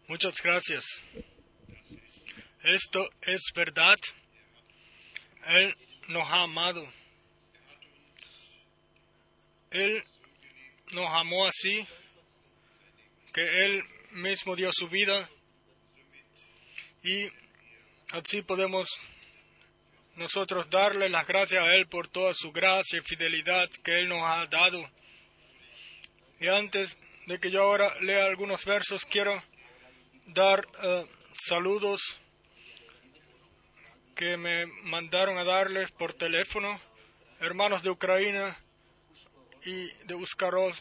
Muchas gracias. Esto es verdad. Él nos ha amado. Él nos amó así, que Él mismo dio su vida, y así podemos nosotros darle las gracias a Él por toda su gracia y fidelidad que Él nos ha dado. Y antes de que yo ahora lea algunos versos, quiero dar saludos que me mandaron a darles por teléfono, hermanos de Ucrania y de Buscarov.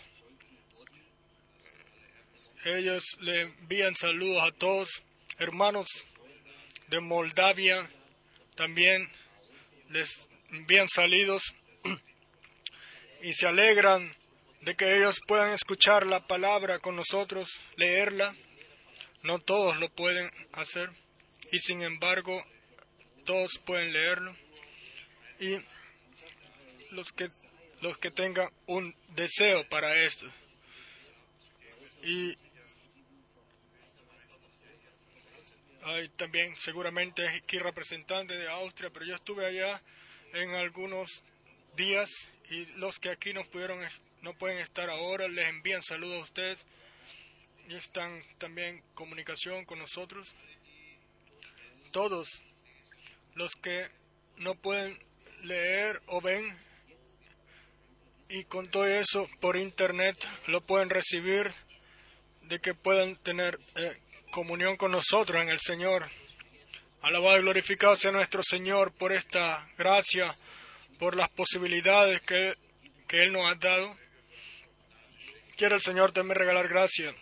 Ellos le envían saludos a todos, hermanos de Moldavia, también les envían saludos y se alegran de que ellos puedan escuchar la palabra con nosotros, leerla. No todos lo pueden hacer, y sin embargo todos pueden leerlo. Y los que tengan un deseo para esto. Y hay también seguramente aquí representantes de Austria, pero yo estuve allá en algunos días, y los que aquí no pueden estar ahora, les envían saludos a ustedes y están también en comunicación con nosotros. Todos los que no pueden leer o ven, y con todo eso por internet lo pueden recibir, de que puedan tener comunión con nosotros en el Señor. Alabado y glorificado sea nuestro Señor por esta gracia, por las posibilidades que Él nos ha dado. Quiere el Señor también regalar gracia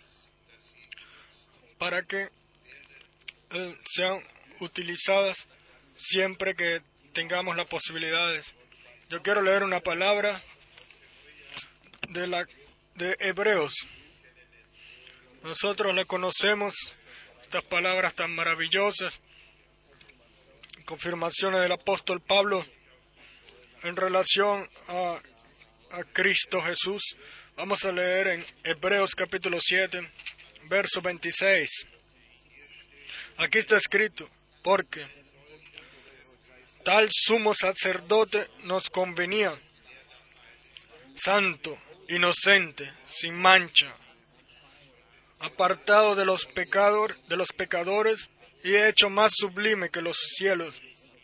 para que sean utilizadas siempre que tengamos las posibilidades. Yo quiero leer una palabra de Hebreos. Nosotros la conocemos, estas palabras tan maravillosas, confirmaciones del apóstol Pablo en relación a Cristo Jesús. Vamos a leer en Hebreos capítulo 7, verso 26. Aquí está escrito: porque tal sumo sacerdote nos convenía, santo, inocente, sin mancha, apartado de los pecadores y hecho más sublime que los cielos,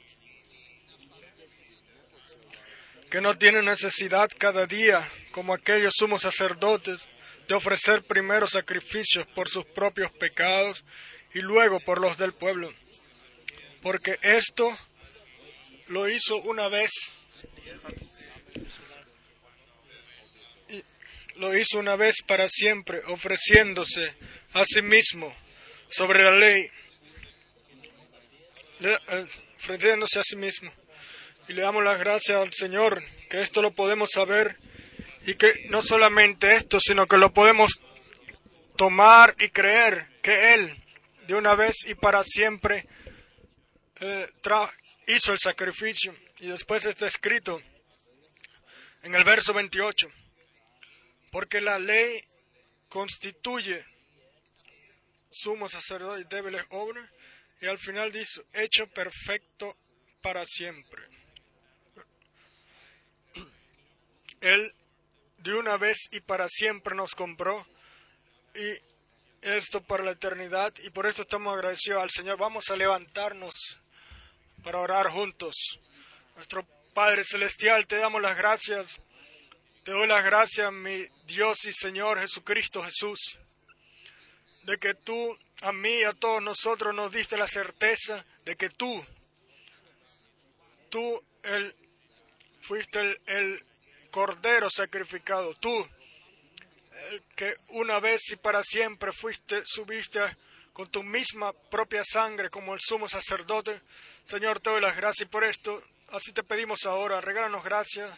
que no tiene necesidad cada día, como aquellos sumos sacerdotes, de ofrecer primero sacrificios por sus propios pecados y luego por los del pueblo, porque esto lo hizo una vez, para siempre, ofreciéndose a sí mismo sobre la ley, ofreciéndose a sí mismo. Y le damos las gracias al Señor, que esto lo podemos saber, y que no solamente esto, sino que lo podemos tomar y creer, que Él, de una vez y para siempre, hizo el sacrificio. Y después está escrito en el verso 28, porque la ley constituye sumo sacerdote y débiles obras, y al final dice, hecho perfecto para siempre. Él de una vez y para siempre nos compró, y esto para la eternidad, y por eso estamos agradecidos al Señor. Vamos a levantarnos para orar juntos. Nuestro Padre Celestial, te damos las gracias. Te doy las gracias, mi Dios y Señor Jesucristo Jesús, de que tú a mí y a todos nosotros nos diste la certeza de que tú fuiste el Cordero sacrificado, tú, el que una vez y para siempre subiste con tu misma propia sangre como el sumo sacerdote. Señor, te doy las gracias, y por esto, así te pedimos ahora, regálanos gracias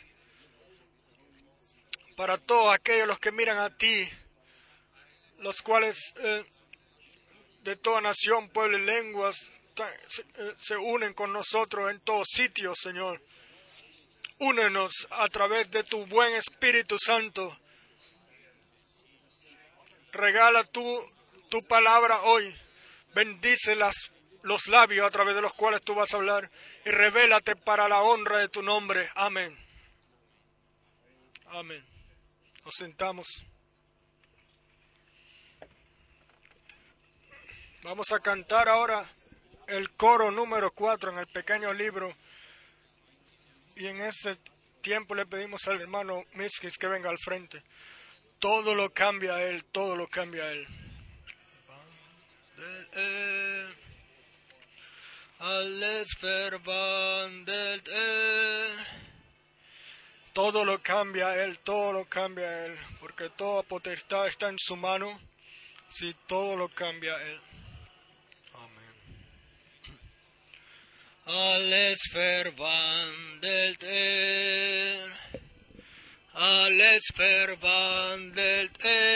para todos aquellos los que miran a ti, los cuales de toda nación, pueblo y lenguas se unen con nosotros en todos sitios, Señor. Únenos a través de tu buen Espíritu Santo. Regala tú tu palabra hoy. Bendice los labios a través de los cuales tú vas a hablar y revélate para la honra de tu nombre. Amén. Amén. Nos sentamos. Vamos a cantar ahora el coro número 4 en el pequeño libro. Y en ese tiempo le pedimos al hermano Miskis que venga al frente. Todo lo cambia a él, todo lo cambia a él. Alles verwandelt todo lo cambia a él, todo lo cambia a él, porque toda potestad está en su mano, si todo lo cambia a él. Amén. Alles verwandelt alles verwandelt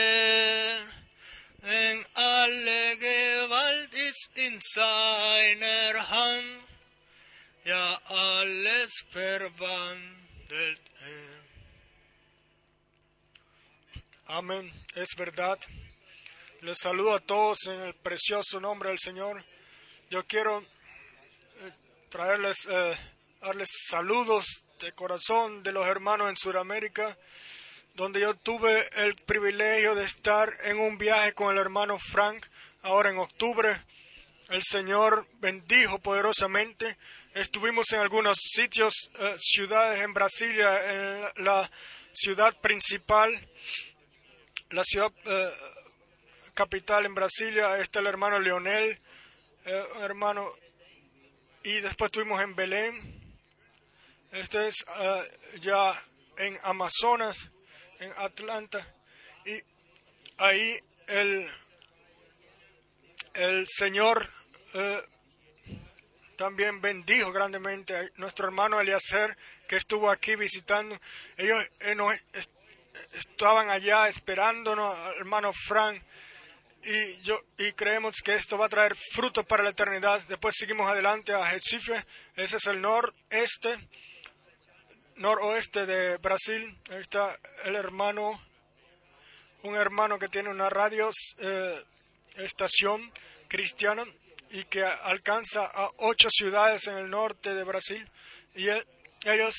en alle Gewalt ist in seiner Hand, ja alles verwandelt Amén, es verdad. Les saludo a todos en el precioso nombre del Señor. Yo quiero darles saludos de corazón de los hermanos en Sudamérica, donde yo tuve el privilegio de estar en un viaje con el hermano Frank, ahora en octubre. El Señor bendijo poderosamente. Estuvimos en algunos sitios, ciudades en Brasilia, en la ciudad principal, la ciudad capital en Brasilia. Está el hermano Leonel, hermano, y después estuvimos en Belén. Este es ya en Amazonas, en Atlanta, y ahí el Señor también bendijo grandemente a nuestro hermano Eliezer, que estuvo aquí visitando. Ellos estaban allá esperándonos, hermano Frank, y creemos que esto va a traer frutos para la eternidad. Después seguimos adelante a Recife. Ese es el noroeste de Brasil. Ahí está el hermano, un hermano que tiene una radio estación cristiana y que alcanza a 8 ciudades en el norte de Brasil, y ellos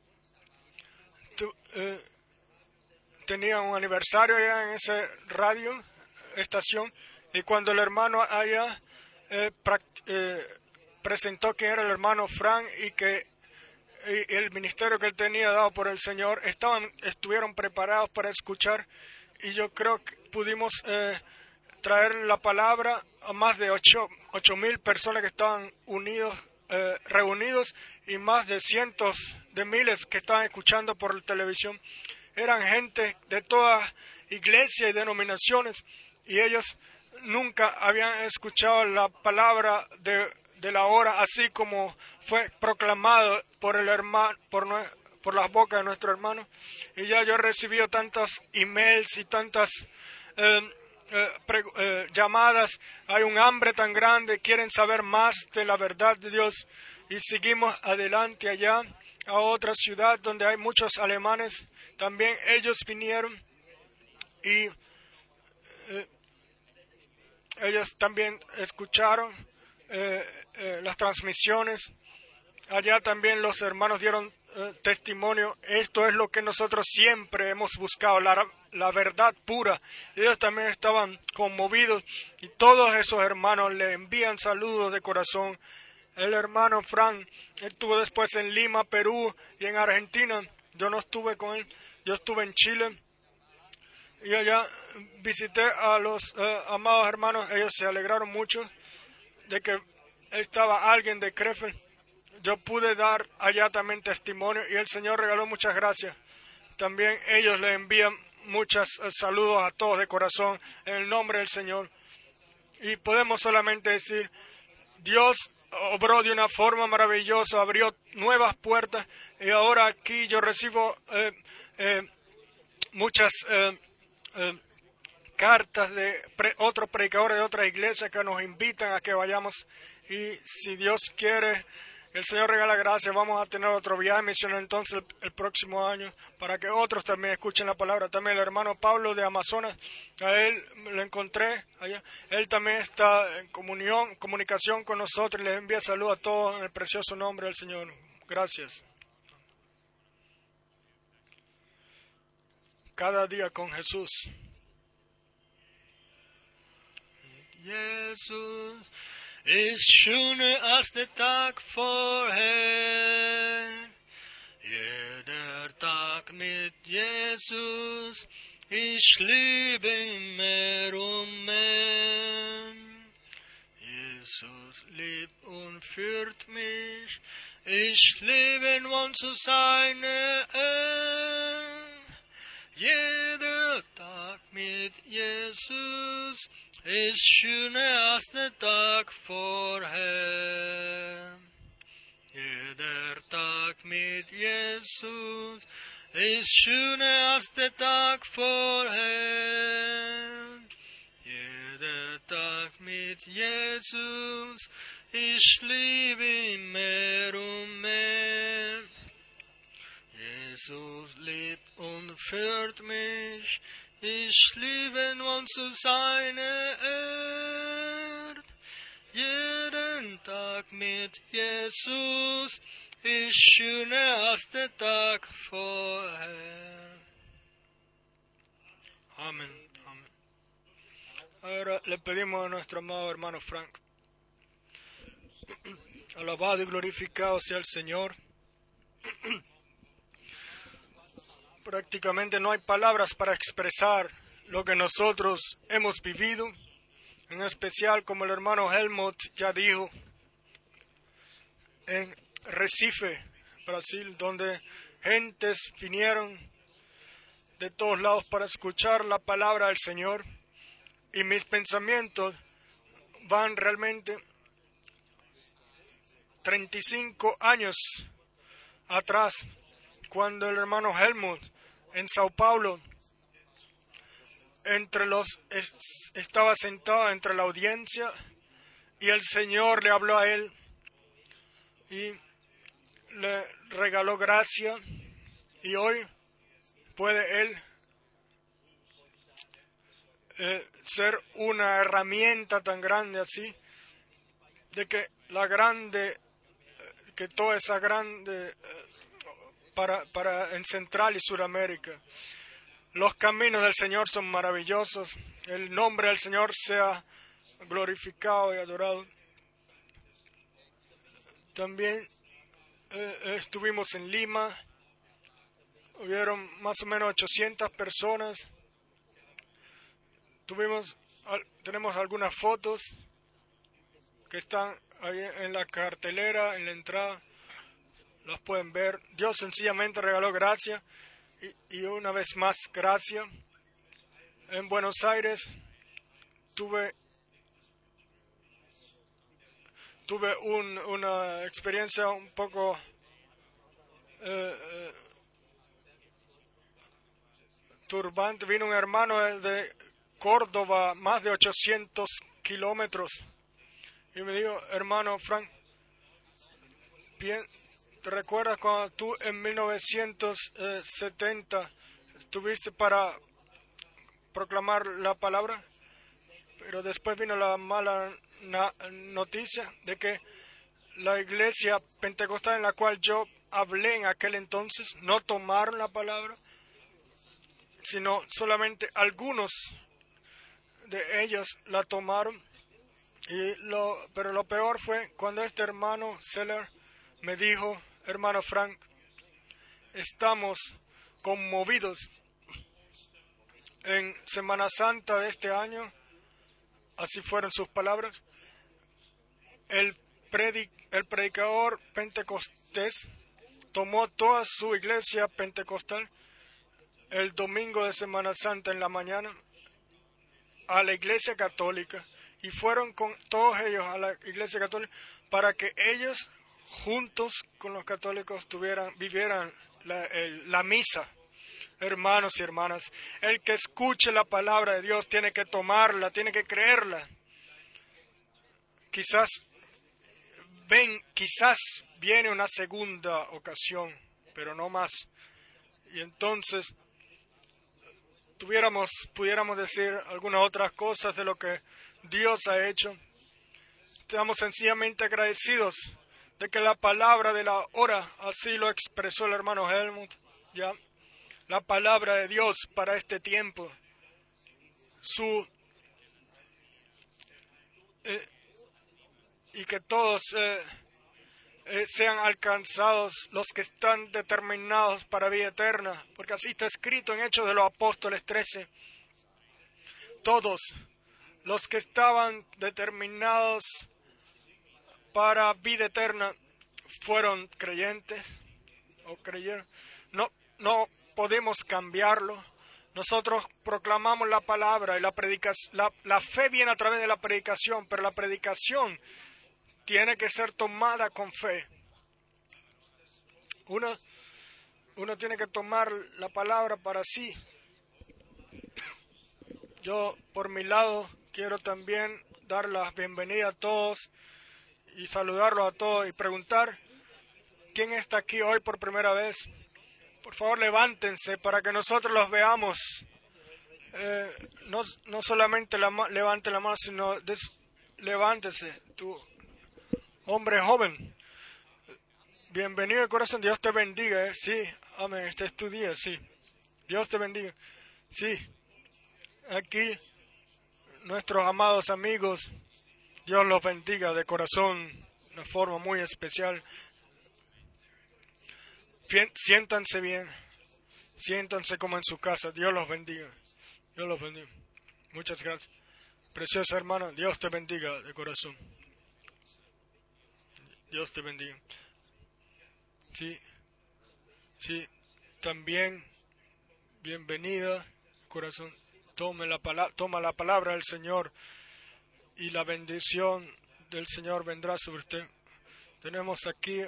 tenían un aniversario allá en esa radio estación, y cuando el hermano allá presentó quién era el hermano Frank y que y el ministerio que él tenía dado por el Señor, estuvieron preparados para escuchar, y yo creo que pudimos traer la palabra a más de 8,000 personas que estaban reunidos, y más de cientos de miles que estaban escuchando por la televisión. Eran gente de todas iglesias y denominaciones, y ellos nunca habían escuchado la palabra de la hora así como fue proclamado por el hermano, por las bocas de nuestro hermano. Y ya yo he recibido tantos emails y tantas llamadas. Hay un hambre tan grande, quieren saber más de la verdad de Dios, y seguimos adelante allá a otra ciudad donde hay muchos alemanes. También ellos vinieron y ellos también escucharon las transmisiones. Allá también los hermanos dieron testimonio. Esto es lo que nosotros siempre hemos buscado, la verdad pura. Ellos también estaban conmovidos, y todos esos hermanos le envían saludos de corazón. El hermano Frank estuvo después en Lima, Perú, y en Argentina. Yo no estuve con él, yo estuve en Chile, y allá visité a los amados hermanos. Ellos se alegraron mucho de que estaba alguien de Krefeld. Yo pude dar allá también testimonio, y el Señor regaló muchas gracias. También ellos le envían muchos saludos a todos de corazón en el nombre del Señor. Y podemos solamente decir, Dios obró de una forma maravillosa, abrió nuevas puertas, y ahora aquí yo recibo muchas cartas de otros predicadores de otras iglesias que nos invitan a que vayamos, y si Dios quiere, El Señor regala gracia. Vamos a tener otro viaje misionero entonces el próximo año para que otros también escuchen la palabra. También el hermano Pablo de Amazonas, a él lo encontré allá. Él también está en comunicación con nosotros. Les envía salud a todos en el precioso nombre del Señor. Gracias. Cada día con Jesús. Jesus ist schöner als der Tag vorher. Jeder Tag mit Jesus, ich liebe ihn mehr und mehr. Jesus liebt und führt mich, ich liebe ihn und zu seiner Ehre. Jeder Tag mit Jesus ist schöner als der Tag vorher. Jeder Tag mit Jesus ist schöner als der Tag vorher. Jeder Tag mit Jesus, ich liebe ihn mehr und mehr. Jesus liebt und führt mich, ich liebe ihn und zu seiner Ehre. Jeden Tag mit Jesus ist schöner als der Tag vorher. Amén. Amén. Ahora le pedimos a nuestro amado hermano Frank. Alabado y glorificado sea el Señor. Prácticamente no hay palabras para expresar lo que nosotros hemos vivido. En especial, como el hermano Helmut ya dijo, en Recife, Brasil, donde gentes vinieron de todos lados para escuchar la palabra del Señor. Y mis pensamientos van realmente 35 años atrás, cuando el hermano Helmut en Sao Paulo estaba sentado entre la audiencia y el Señor le habló a él y le regaló gracia, y hoy puede él ser una herramienta tan grande así, de que toda esa grande para en Central y Suramérica. Los caminos del Señor son maravillosos. El nombre del Señor sea glorificado y adorado. También estuvimos en Lima. Hubieron más o menos 800 personas. Tenemos algunas fotos que están ahí en la cartelera, en la entrada. Las pueden ver. Dios sencillamente regaló gracia. Y una vez más, gracia. En Buenos Aires tuve una experiencia un poco turbante. Vino un hermano de Córdoba, más de 800 kilómetros, y me dijo: hermano Frank, ¿te recuerdas cuando tú en 1970 estuviste para proclamar la palabra? Pero después vino la mala noticia de que la iglesia pentecostal en la cual yo hablé en aquel entonces no tomaron la palabra, sino solamente algunos de ellos la tomaron. Pero lo peor fue cuando este hermano Seller me dijo: hermano Frank, estamos conmovidos. En Semana Santa de este año, así fueron sus palabras, el predicador pentecostés tomó toda su iglesia pentecostal el domingo de Semana Santa en la mañana a la iglesia católica, y fueron con todos ellos a la iglesia católica para que ellos juntos con los católicos vivieran la misa. Hermanos y hermanas, el que escuche la palabra de Dios tiene que tomarla, tiene que creerla. Quizás ven, quizás viene una segunda ocasión, pero no más. Y entonces pudiéramos decir algunas otras cosas de lo que Dios ha hecho. Estamos sencillamente agradecidos de que la palabra de la hora, así lo expresó el hermano Helmut, ya, la palabra de Dios para este tiempo, y que todos sean alcanzados los que están determinados para vida eterna, porque así está escrito en Hechos de los Apóstoles 13. Todos los que estaban determinados para vida eterna fueron creyentes o creyeron. No podemos cambiarlo. Nosotros proclamamos la palabra y la fe viene a través de la predicación, pero la predicación tiene que ser tomada con fe. Uno tiene que tomar la palabra para sí. Yo, por mi lado, quiero también dar la bienvenida a todos y saludarlos a todos y preguntar quién está aquí hoy por primera vez. Por favor, levántense para que nosotros los veamos. No solamente levante la mano, sino levántese. Tú, hombre joven, bienvenido de corazón. Dios te bendiga. Sí, amén. Este es tu día. Sí, Dios te bendiga. Sí, aquí nuestros amados amigos, Dios los bendiga de corazón, de una forma muy especial. Siéntanse bien, siéntanse como en su casa. Dios los bendiga. Dios los bendiga. Muchas gracias. Preciosa hermana, Dios te bendiga de corazón. Dios te bendiga. Sí, también bienvenida, corazón. Toma la palabra del Señor y la bendición del Señor vendrá sobre usted. Tenemos aquí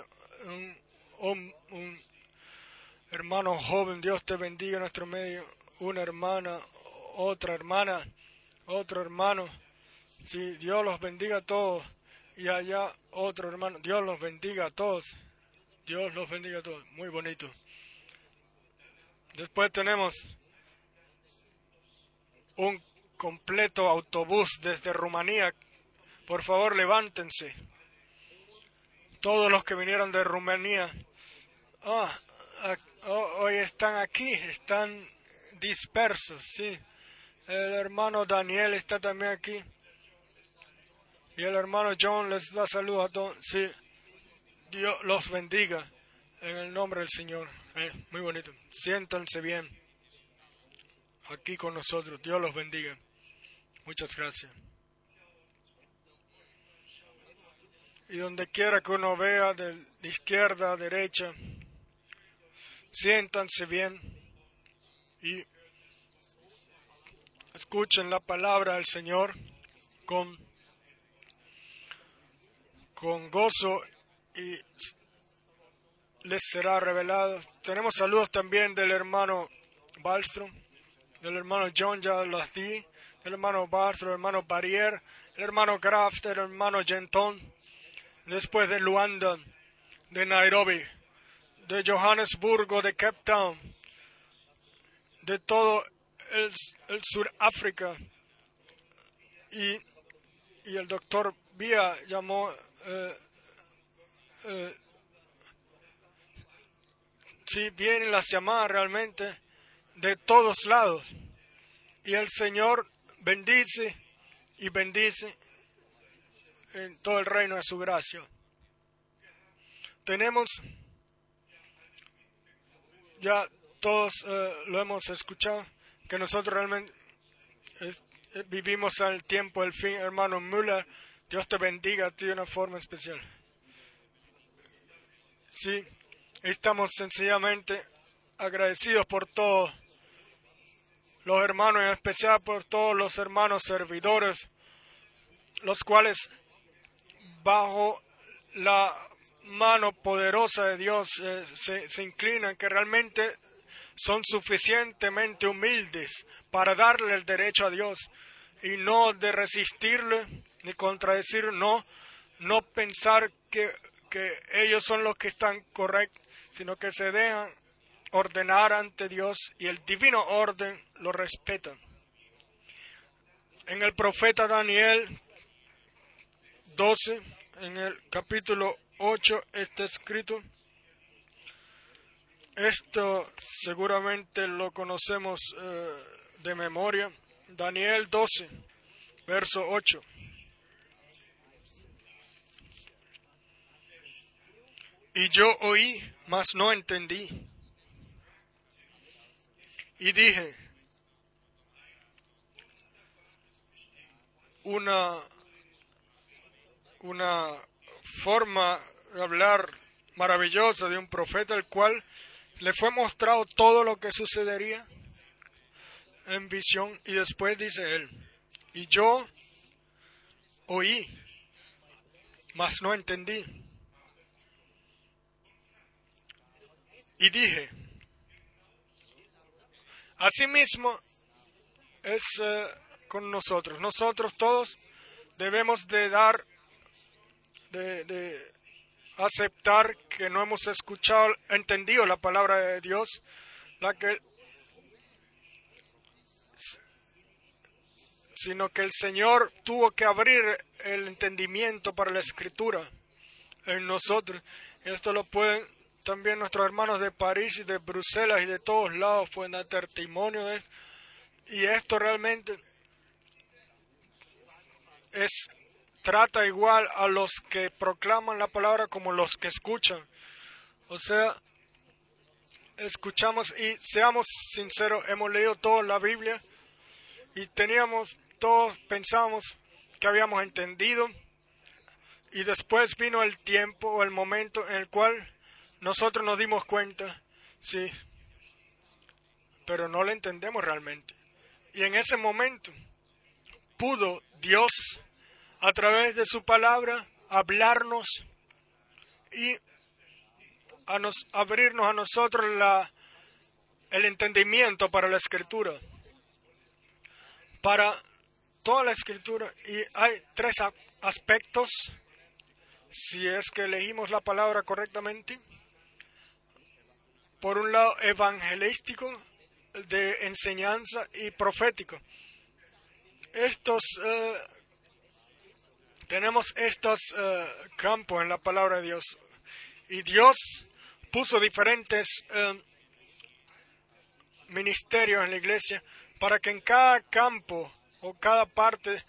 un hermano joven, Dios te bendiga en nuestro medio, una hermana, otra hermana, otro hermano. Sí, Dios los bendiga a todos. Y allá otro hermano, Dios los bendiga a todos. Dios los bendiga a todos. Muy bonito. Después tenemos un completo autobús desde Rumanía. Por favor, levántense. Todos los que vinieron de Rumanía. Hoy están aquí, están dispersos, sí. El hermano Daniel está también aquí. Y el hermano John les da saludos a todos. Sí, Dios los bendiga en el nombre del Señor. Muy bonito. Siéntanse bien aquí con nosotros. Dios los bendiga. Muchas gracias. Y donde quiera que uno vea, de izquierda a derecha, siéntanse bien y escuchen la palabra del Señor con gozo y les será revelado. Tenemos saludos también del hermano Wallström, del hermano John, ya los di, del hermano Wallström, del hermano Barrier, el hermano Graf, del hermano Genton, después de Luanda, de Nairobi, de Johannesburgo, de Cape Town, de todo el Sudáfrica. Y el doctor Vía llamó, sí, vienen las llamadas realmente de todos lados. Y el Señor bendice y bendice en todo el reino de su gracia. Tenemos, ya todos lo hemos escuchado, que nosotros realmente vivimos al tiempo del fin. Hermano Müller, Dios te bendiga a ti de una forma especial. Sí, estamos sencillamente agradecidos por todos los hermanos, en especial por todos los hermanos servidores, los cuales bajo la mano poderosa de Dios se inclinan, que realmente son suficientemente humildes para darle el derecho a Dios y no de resistirle ni contradecir. No no pensar que ellos son los que están correctos, sino que se dejan ordenar ante Dios y el divino orden lo respetan. En el profeta Daniel 12, en el capítulo 8, está escrito, esto seguramente lo conocemos de memoria, Daniel 12, verso 8. Y yo oí, mas no entendí. Y dije, una forma de hablar maravillosa de un profeta, el cual le fue mostrado todo lo que sucedería en visión. Y después dice él, y yo oí, mas no entendí. Y dije, asimismo es con nosotros. Nosotros todos debemos de dar, de aceptar que no hemos escuchado, entendido la palabra de Dios, sino que el Señor tuvo que abrir el entendimiento para la Escritura en nosotros. Esto lo pueden también nuestros hermanos de París y de Bruselas y de todos lados pueden dar testimonio de esto. Y esto realmente trata igual a los que proclaman la palabra como los que escuchan. O sea, escuchamos y seamos sinceros, hemos leído toda la Biblia y todos pensábamos que habíamos entendido, y después vino el tiempo o el momento en el cual nosotros nos dimos cuenta, sí, pero no lo entendemos realmente. Y en ese momento pudo Dios, a través de su palabra, hablarnos y abrirnos a nosotros el entendimiento para la Escritura. Para toda la Escritura. Y hay tres aspectos, si es que elegimos la palabra correctamente. Por un lado, evangelístico, de enseñanza, y profético. Tenemos estos campos en la palabra de Dios. Y Dios puso diferentes ministerios en la iglesia para que en cada campo o cada parte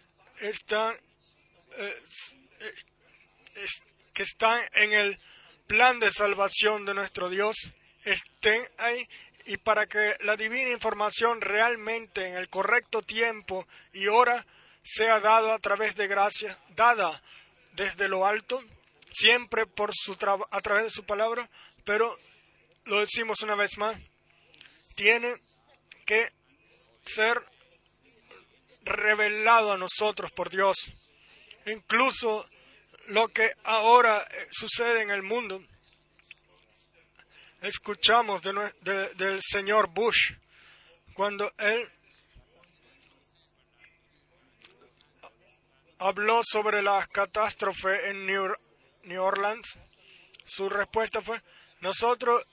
que están en el plan de salvación de nuestro Dios estén ahí, y para que la divina información realmente en el correcto tiempo y hora sea dada a través de gracia, dada desde lo alto, siempre a través de su palabra, pero lo decimos una vez más, tiene que ser revelado a nosotros por Dios. Incluso lo que ahora sucede en el mundo, escuchamos del señor Bush, cuando él habló sobre la catástrofe en New Orleans, su respuesta fue, nosotros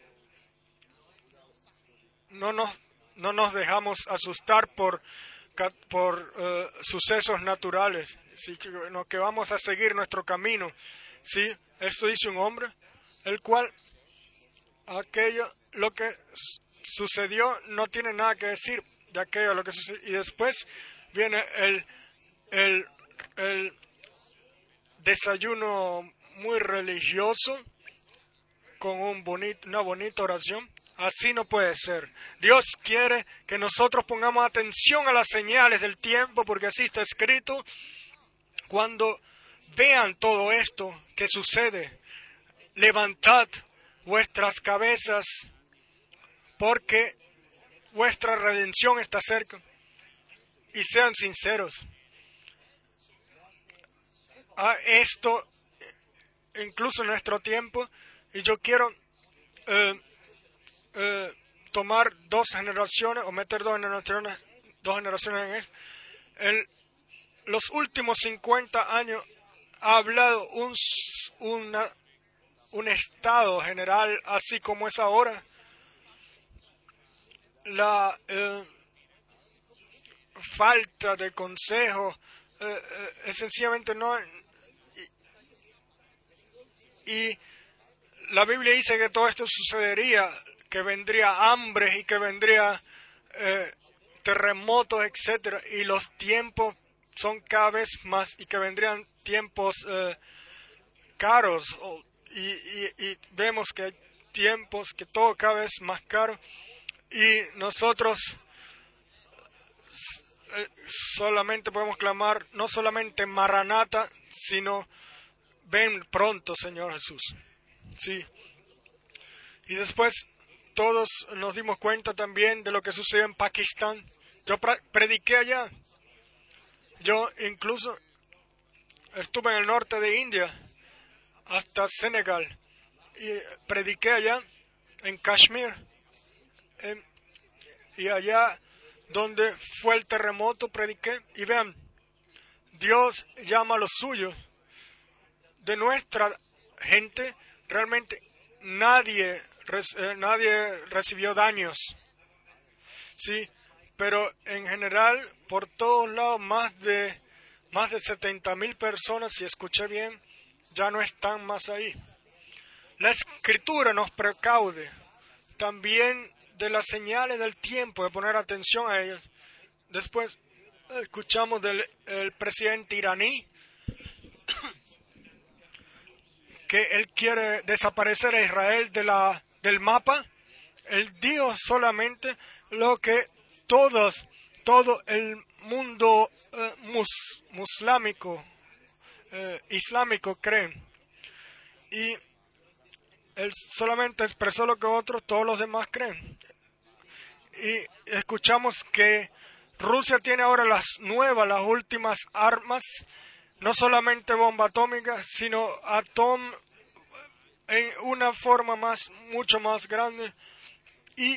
no nos dejamos asustar por sucesos naturales, sino que vamos a seguir nuestro camino. Sí, esto dice un hombre, el cual lo que sucedió no tiene nada que decir de aquello lo que sucedió. Y después viene el desayuno muy religioso con una bonita oración. Así no puede ser. Dios quiere que nosotros pongamos atención a las señales del tiempo, porque así está escrito. Cuando vean todo esto que sucede, levantad vuestras cabezas, porque vuestra redención está cerca. Y sean sinceros. A esto, incluso en nuestro tiempo, y yo quiero tomar dos generaciones, o meter dos generaciones en esto. Los últimos 50 años ha hablado un estado general así como es ahora. La falta de consejo sencillamente no. Y la Biblia dice que todo esto sucedería, que vendría hambre y que vendría terremotos, etcétera, y los tiempos son cada vez más, y que vendrían tiempos caros, y vemos que hay tiempos que todo cada vez más caro, y nosotros solamente podemos clamar, no solamente Maranata, sino ven pronto, Señor Jesús. Sí. Y después todos nos dimos cuenta también de lo que sucedió en Pakistán. Yo prediqué allá. Yo incluso estuve en el norte de India hasta Senegal y prediqué allá en Kashmir. Y allá donde fue el terremoto prediqué. Y vean, Dios llama a los suyos. De nuestra gente realmente nadie recibió daños, sí, pero en general por todos lados más de 70,000 personas, si escuché bien, ya no están más ahí. La Escritura nos precaude también de las señales del tiempo, de poner atención a ellas. Después escuchamos del presidente iraní que él quiere desaparecer a Israel del mapa. Él dijo solamente lo que todo el mundo islámico creen. Y él solamente expresó lo que todos los demás creen. Y escuchamos que Rusia tiene ahora las últimas armas, no solamente bomba atómica, sino en una forma mucho más grande, y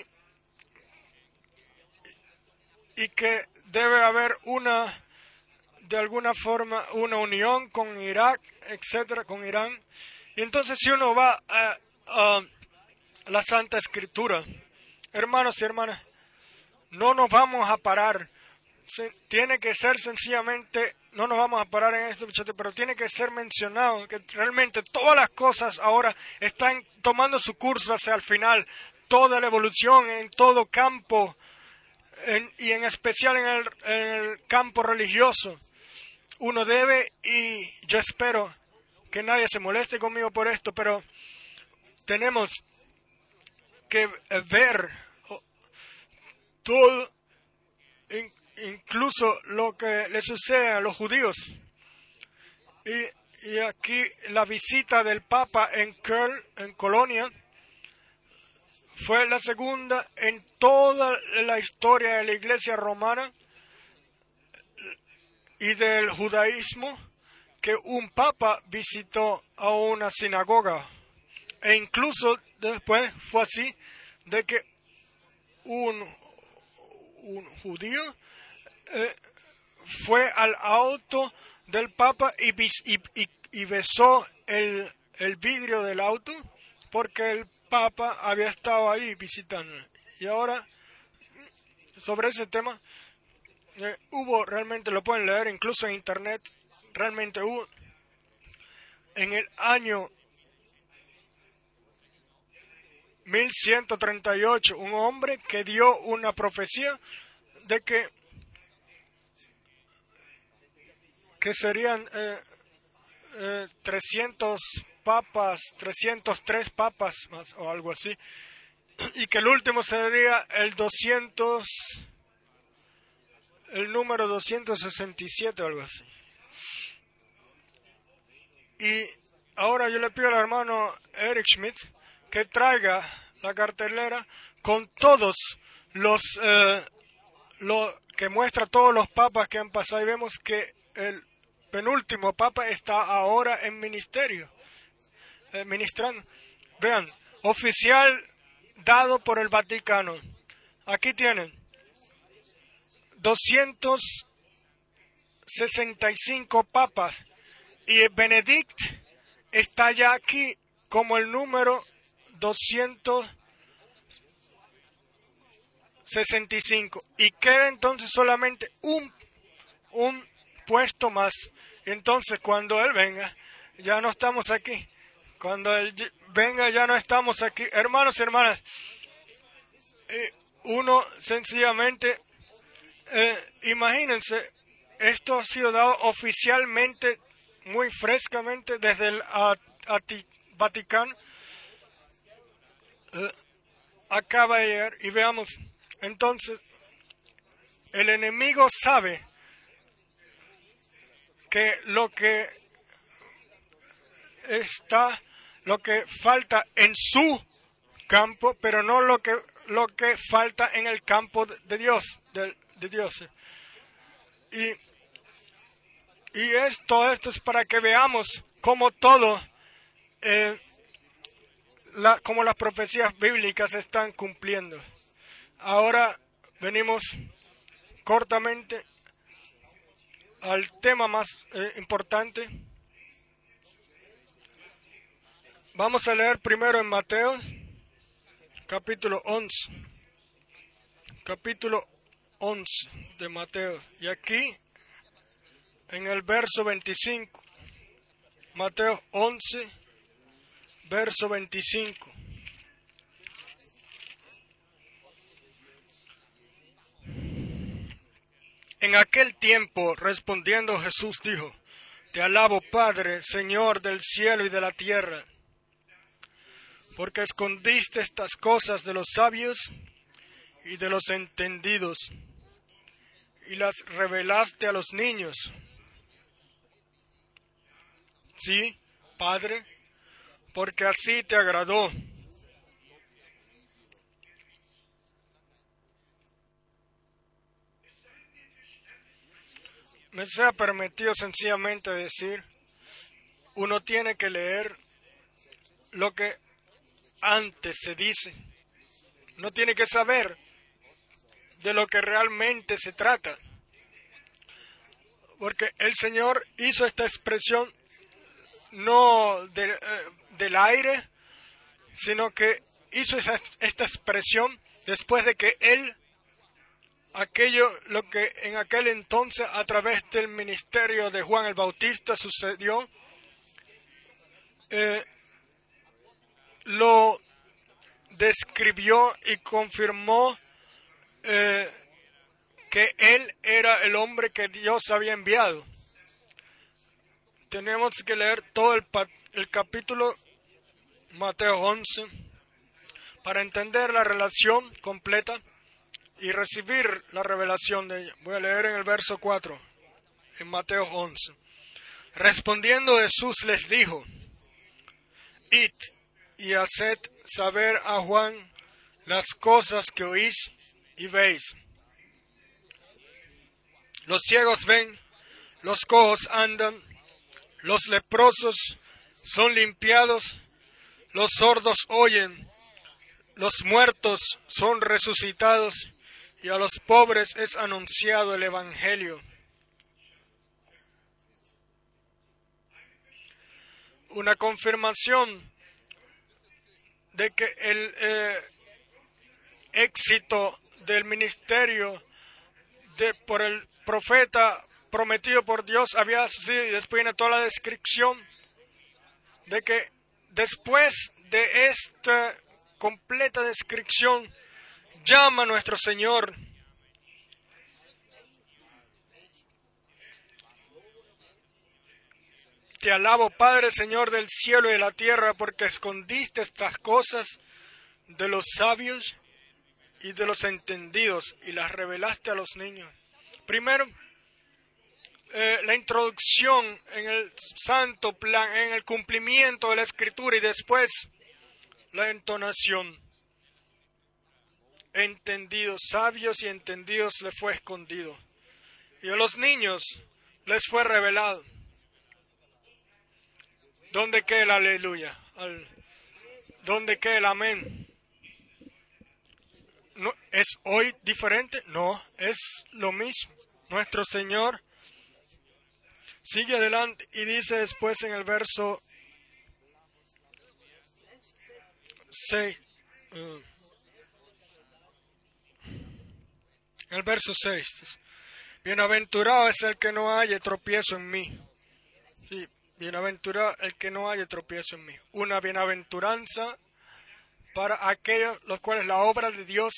que debe haber de alguna forma una unión con Irak, etcétera, con Irán. Y entonces si uno va a la Santa Escritura, hermanos y hermanas, no nos vamos a parar. Tiene que ser sencillamente, no nos vamos a parar en esto, muchachos, pero tiene que ser mencionado que realmente todas las cosas ahora están tomando su curso hacia el final. Toda la evolución en todo campo, y en especial en el campo religioso. Uno debe, y yo espero que nadie se moleste conmigo por esto, pero tenemos que ver todo, incluso lo que le sucede a los judíos. Y aquí la visita del Papa en Köln, en Colonia, fue la segunda en toda la historia de la Iglesia romana y del judaísmo que un papa visitó a una sinagoga. E incluso después fue así de que un judío fue al auto del Papa y besó el vidrio del auto porque el Papa había estado ahí visitando. Y ahora, sobre ese tema, hubo realmente, lo pueden leer incluso en internet, realmente hubo en el año 1138 un hombre que dio una profecía de que serían 303 papas más, o algo así, y que el último sería el número 267 o algo así. Y ahora yo le pido al hermano Eric Schmidt que traiga la cartelera con todos lo que muestra todos los papas que han pasado, y vemos que el penúltimo papa está ahora en ministerio, ministrando. Vean, oficial dado por el Vaticano. Aquí tienen 265 papas Y Benedict está ya aquí como el número 265. Y queda entonces solamente un puesto más. Y entonces cuando Él venga, ya no estamos aquí. Cuando Él venga, ya no estamos aquí. Hermanos y hermanas, uno sencillamente, imagínense, esto ha sido dado oficialmente, muy frescamente, desde el Vaticano. Acaba de llegar y veamos, entonces, el enemigo sabe que lo que falta en su campo, pero no lo que falta en el campo de Dios, de Dios. Y todo esto es para que veamos cómo todo, como las profecías bíblicas se están cumpliendo. Ahora venimos cortamente al tema más importante. Vamos a leer primero en Mateo, capítulo 11. Capítulo 11 de Mateo. Y aquí, en el verso 25. Mateo 11, verso 25. En aquel tiempo, respondiendo Jesús dijo: Te alabo, Padre, Señor del cielo y de la tierra, porque escondiste estas cosas de los sabios y de los entendidos, y las revelaste a los niños. Sí, Padre, porque así te agradó. Me sea permitido sencillamente decir, uno tiene que leer lo que antes se dice. No tiene que saber de lo que realmente se trata. Porque el Señor hizo esta expresión no del aire, sino que hizo esta expresión después de que Él, lo que en aquel entonces a través del ministerio de Juan el Bautista sucedió, lo describió y confirmó que Él era el hombre que Dios había enviado. Tenemos que leer todo el capítulo Mateo 11 para entender la relación completa y recibir la revelación de ella. Voy a leer en el verso 4, en Mateo 11. Respondiendo Jesús les dijo: Id y haced saber a Juan las cosas que oís y veis. Los ciegos ven, los cojos andan, los leprosos son limpiados, los sordos oyen, los muertos son resucitados, y a los pobres es anunciado el Evangelio. Una confirmación de que el éxito del ministerio por el profeta prometido por Dios había sucedido, y después viene toda la descripción de que después de esta completa descripción llama a nuestro Señor Te alabo, Padre, Señor del cielo y de la tierra, porque escondiste estas cosas de los sabios y de los entendidos y las revelaste a los niños. Primero, la introducción en el santo plan, en el cumplimiento de la Escritura, y después la entonación. Entendidos, sabios y entendidos les fue escondido, y a los niños les fue revelado. ¿Dónde queda el aleluya? ¿Dónde queda el amén? ¿No, ¿es hoy diferente? No, es lo mismo. Nuestro Señor Sigue adelante y dice después en el verso 6. En el verso 6. Bienaventurado es el que no haya tropiezo en mí. Sí, bienaventurado el que no haya tropiezo en mí. Una bienaventuranza para aquellos los cuales la obra de Dios,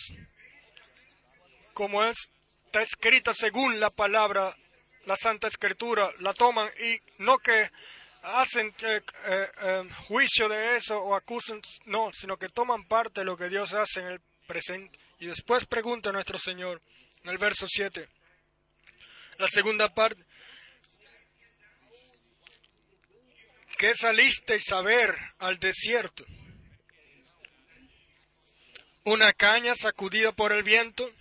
como está escrita según la palabra, la Santa Escritura, la toman y no que hacen juicio de eso o acusan, no, sino que toman parte de lo que Dios hace en el presente. Y después pregunta a nuestro Señor en el verso 7, la segunda parte, ¿qué salisteis a ver al desierto? ¿Una caña sacudida por el viento?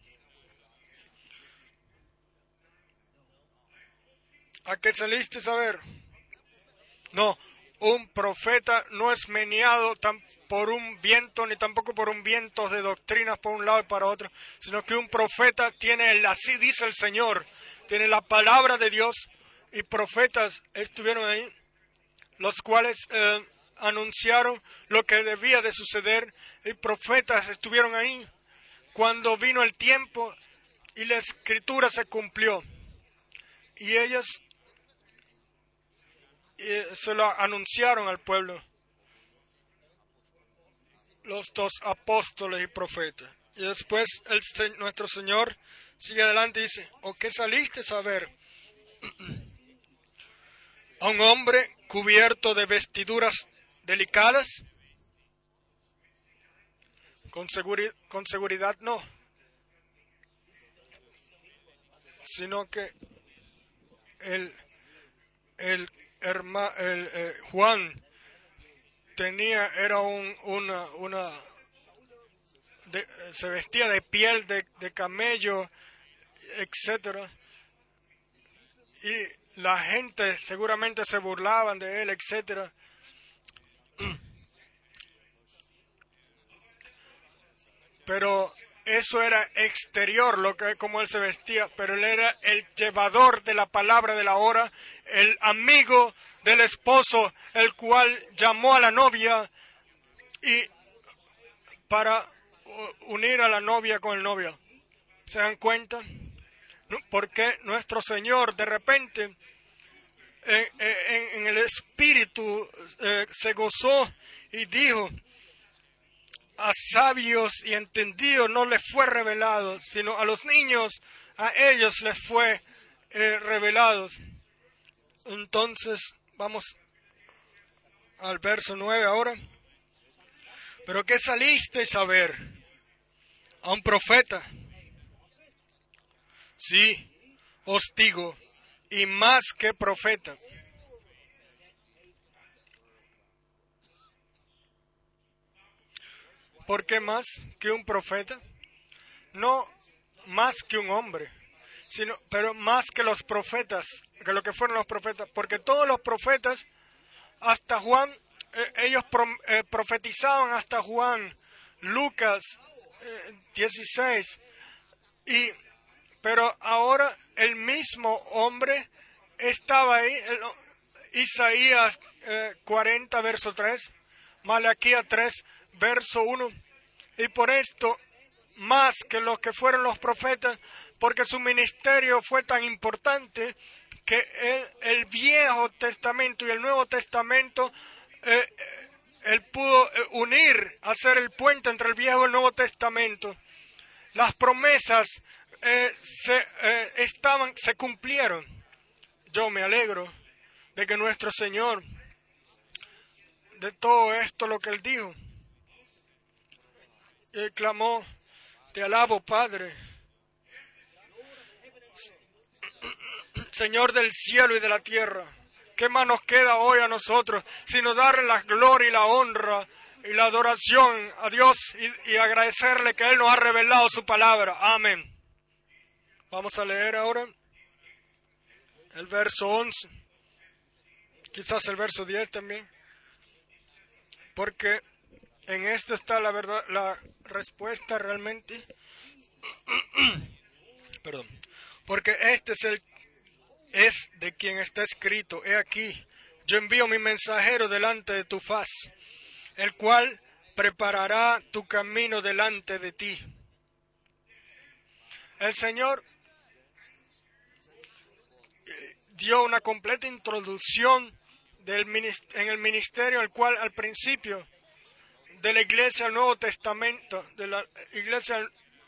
¿A qué salisteis a ver? No, un profeta no es meneado por un viento, ni tampoco por un viento de doctrinas por un lado y para otro, sino que un profeta tiene así dice el Señor, tiene la palabra de Dios, y profetas estuvieron ahí, los cuales anunciaron lo que debía de suceder, y profetas estuvieron ahí cuando vino el tiempo y la Escritura se cumplió. Y ellos se lo anunciaron al pueblo, los dos apóstoles y profetas. Y después nuestro Señor sigue adelante y dice, ¿o qué saliste a ver? ¿A un hombre cubierto de vestiduras delicadas? Con seguridad no, sino que Juan se vestía de piel de camello, etcétera, y la gente seguramente se burlaban de él, etcétera. Pero eso era exterior, como él se vestía, pero él era el llevador de la palabra de la hora, el amigo del esposo, el cual llamó a la novia y para unir a la novia con el novio. ¿Se dan cuenta? Porque nuestro Señor de repente en el Espíritu se gozó y dijo, a sabios y entendidos no les fue revelado, sino a los niños, a ellos les fue revelado. Entonces, vamos al verso 9 ahora. ¿Pero qué salisteis a ver? ¿A un profeta? Sí, os digo, y más que profeta. ¿Por qué más que un profeta? No más que un hombre, pero más que los profetas, que lo que fueron los profetas, porque todos los profetas, hasta Juan, ellos profetizaban hasta Juan, Lucas 16, pero ahora el mismo hombre estaba ahí, Isaías 40, verso 3, Malaquías 3, verso 1, y por esto, más que los que fueron los profetas, porque su ministerio fue tan importante que el Viejo Testamento y el Nuevo Testamento, él pudo unir, hacer el puente entre el Viejo y el Nuevo Testamento. Las promesas se cumplieron. Yo me alegro de que nuestro Señor, de todo esto lo que Él dijo, Él clamó, te alabo, Padre, Señor del cielo y de la tierra. ¿Qué más nos queda hoy a nosotros sino darle la gloria y la honra y la adoración a Dios y agradecerle que Él nos ha revelado su palabra? Amén. Vamos a leer ahora el verso 11, quizás el verso 10 también, porque en esto está la verdad, la respuesta realmente. Perdón. Porque este es es de quien está escrito: He aquí, yo envío mi mensajero delante de tu faz, el cual preparará tu camino delante de ti. El Señor dio una completa introducción en el ministerio, el cual al principio de la iglesia del Nuevo Testamento, de la iglesia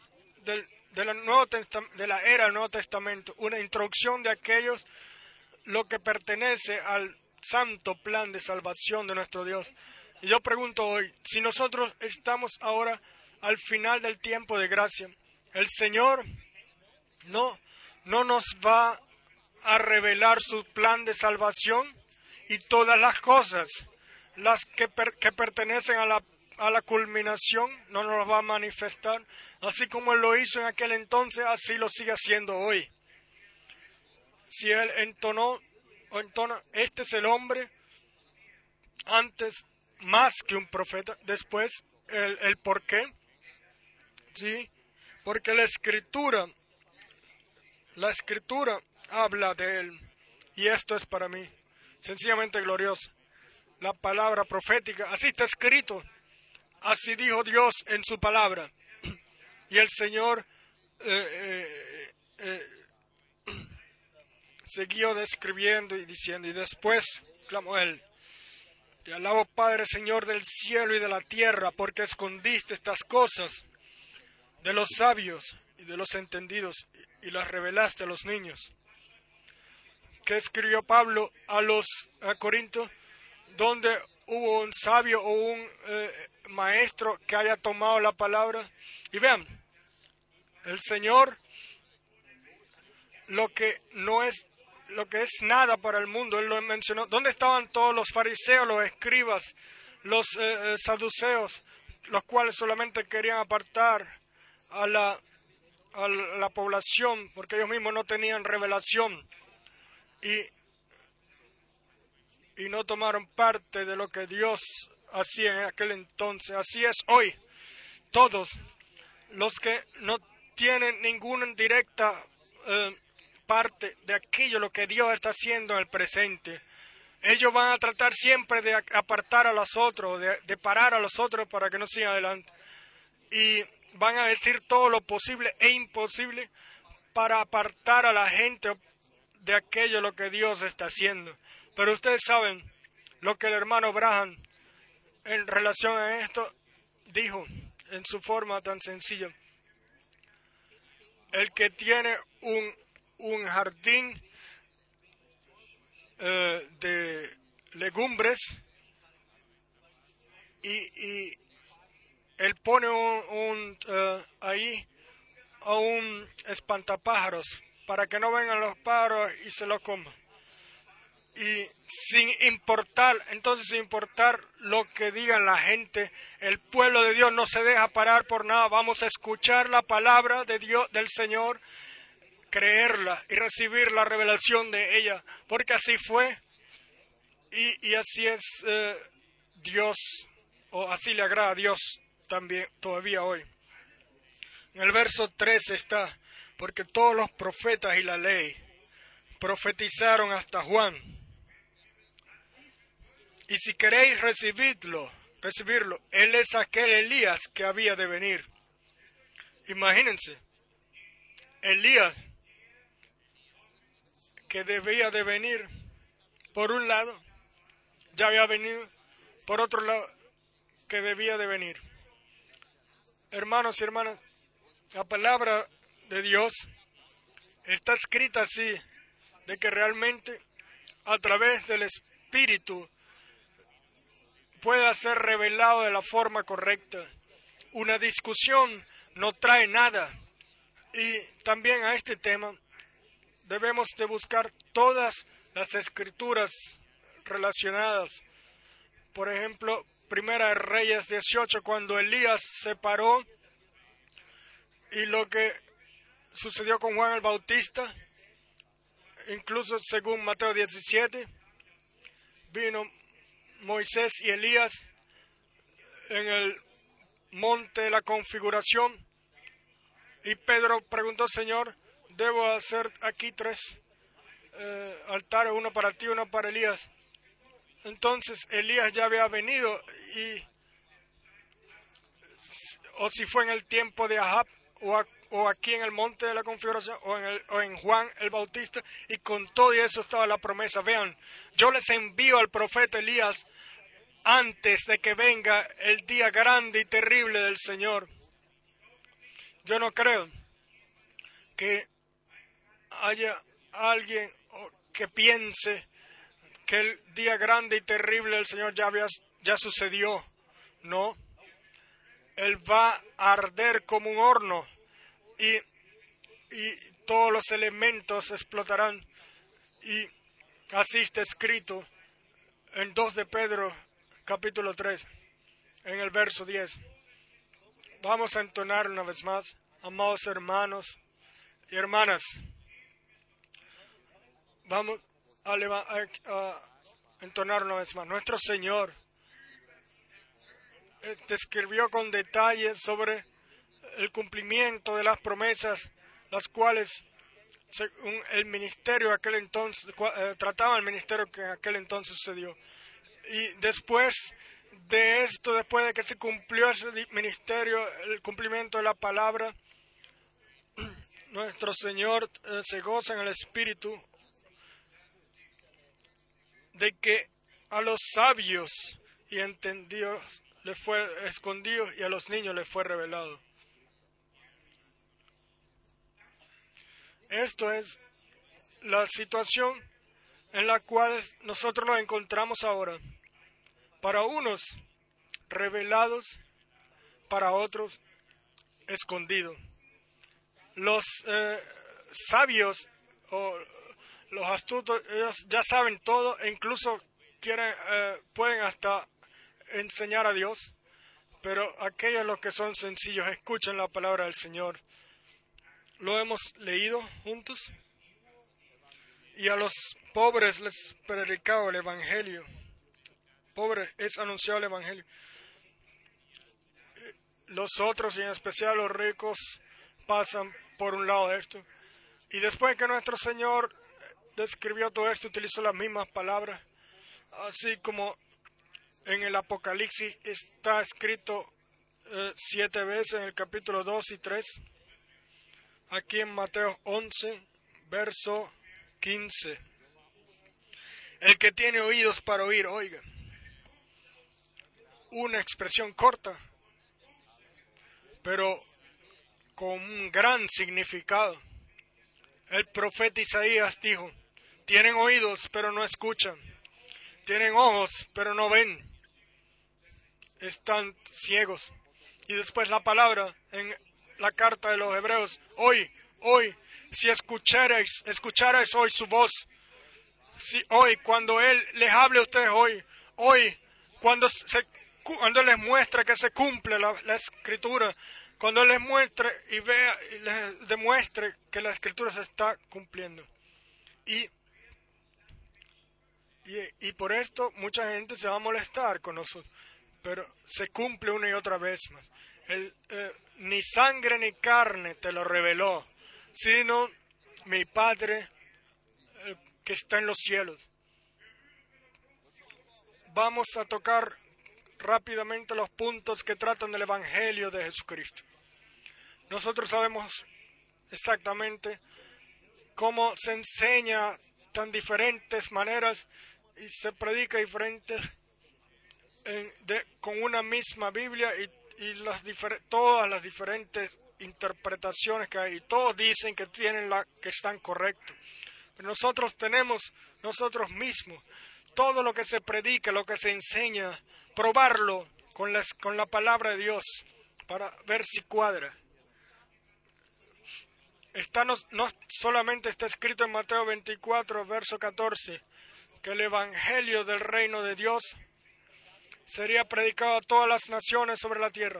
de la era del Nuevo Testamento, una introducción de aquellos lo que pertenece al santo plan de salvación de nuestro Dios. Y yo pregunto hoy, si nosotros estamos ahora al final del tiempo de gracia, el Señor no nos va a revelar su plan de salvación, y todas las cosas, las que pertenecen a la culminación, no nos las va a manifestar, así como Él lo hizo en aquel entonces, así lo sigue haciendo hoy. Si Él entona, este es el hombre, antes más que un profeta, después el por qué, ¿sí? Porque la escritura habla de Él, y esto es para mí sencillamente glorioso. La palabra profética, así está escrito, así dijo Dios en su palabra. Y el Señor siguió describiendo y diciendo, y después clamó Él: Te alabo, Padre, Señor del cielo y de la tierra, porque escondiste estas cosas de los sabios y de los entendidos y las revelaste a los niños. ¿Qué escribió Pablo a Corinto? Donde hubo un sabio o un maestro que haya tomado la palabra. Y vean, el Señor, lo que es nada para el mundo, Él lo mencionó. ¿Dónde estaban todos los fariseos, los escribas, los saduceos, los cuales solamente querían apartar a la población porque ellos mismos no tenían revelación y no tomaron parte de lo que Dios hacía en aquel entonces? Así es hoy. Todos los que no tienen ninguna directa parte de aquello lo que Dios está haciendo en el presente, ellos van a tratar siempre de apartar a los otros, de parar a los otros para que no sigan adelante. Y van a decir todo lo posible e imposible para apartar a la gente de aquello lo que Dios está haciendo. Pero ustedes saben lo que el hermano Branham en relación a esto dijo en su forma tan sencilla. El que tiene un jardín de legumbres y él pone ahí a un espantapájaros para que no vengan los pájaros y se lo coman. Y sin importar lo que digan la gente, el pueblo de Dios no se deja parar por nada. Vamos a escuchar la palabra de Dios, del Señor, creerla y recibir la revelación de ella, porque así fue y así es Dios, o así le agrada a Dios también todavía hoy. En el verso 13 está: porque todos los profetas y la ley profetizaron hasta Juan. Y si queréis recibirlo, él es aquel Elías que había de venir. Imagínense, Elías, que debía de venir, por un lado, ya había venido, por otro lado, que debía de venir. Hermanos y hermanas, la palabra de Dios está escrita así, de que realmente a través del Espíritu pueda ser revelado de la forma correcta. Una discusión no trae nada. Y también a este tema debemos de buscar todas las escrituras relacionadas. Por ejemplo, Primera de Reyes 18, cuando Elías se paró y lo que sucedió con Juan el Bautista, incluso según Mateo 17, vino Moisés y Elías en el monte de la configuración y Pedro preguntó: Señor, ¿debo hacer aquí 3 altares, uno para ti, uno para Elías. Entonces Elías ya había venido, o si fue en el tiempo de Ahab, o aquí en el monte de la configuración, o en Juan el Bautista, y con todo eso estaba la promesa. Vean, yo les envío al profeta Elías antes de que venga el día grande y terrible del Señor. Yo no creo que haya alguien que piense que el día grande y terrible del Señor ya sucedió. No. Él va a arder como un horno y todos los elementos explotarán. Y así está escrito en 2 de Pedro, capítulo 3, en el verso 10. Vamos a entonar una vez más, amados hermanos y hermanas. Vamos a entonar una vez más. Nuestro Señor describió con detalle sobre el cumplimiento de las promesas, las cuales según el ministerio de aquel entonces, trataba el ministerio que en aquel entonces sucedió. Y después de esto, después de que se cumplió ese ministerio, el cumplimiento de la palabra, nuestro Señor se goza en el Espíritu de que a los sabios y entendidos le fue escondido y a los niños le fue revelado. Esto es la situación en la cual nosotros nos encontramos ahora. Para unos, revelados, para otros, escondidos. Los sabios o los astutos, ellos ya saben todo e incluso pueden hasta enseñar a Dios, pero aquellos los que son sencillos escuchan la palabra del Señor. Lo hemos leído juntos. Y a los pobres les predicaba el Evangelio. Pobres es anunciado el Evangelio. Los otros, y en especial los ricos, pasan por un lado de esto. Y después que nuestro Señor describió todo esto, utilizó las mismas palabras, así como en el Apocalipsis está escrito 7 veces en el capítulo 2 y 3. Aquí en Mateo 11, verso 15. El que tiene oídos para oír, oiga. Una expresión corta, pero con un gran significado. El profeta Isaías dijo, tienen oídos, pero no escuchan. Tienen ojos, pero no ven. Están ciegos. Y después la palabra en la carta de los Hebreos, hoy, si escucharais hoy su voz, si hoy, cuando Él les hable a ustedes hoy, cuando Él les muestra que se cumple la Escritura, cuando Él les muestre y vea y les demuestre que la Escritura se está cumpliendo. Y por esto mucha gente se va a molestar con nosotros, pero se cumple una y otra vez más. Ni sangre ni carne te lo reveló, sino mi Padre que está en los cielos. Vamos a tocar rápidamente los puntos que tratan del Evangelio de Jesucristo. Nosotros sabemos exactamente cómo se enseña tan diferentes maneras y se predica diferentes con una misma Biblia y todas las diferentes interpretaciones que hay, y todos dicen que que están correctos. Pero nosotros tenemos nosotros mismos todo lo que se predica, lo que se enseña, probarlo con la palabra de Dios para ver si cuadra. No solamente está escrito en Mateo 24, verso 14, que el Evangelio del reino de Dios sería predicado a todas las naciones sobre la tierra.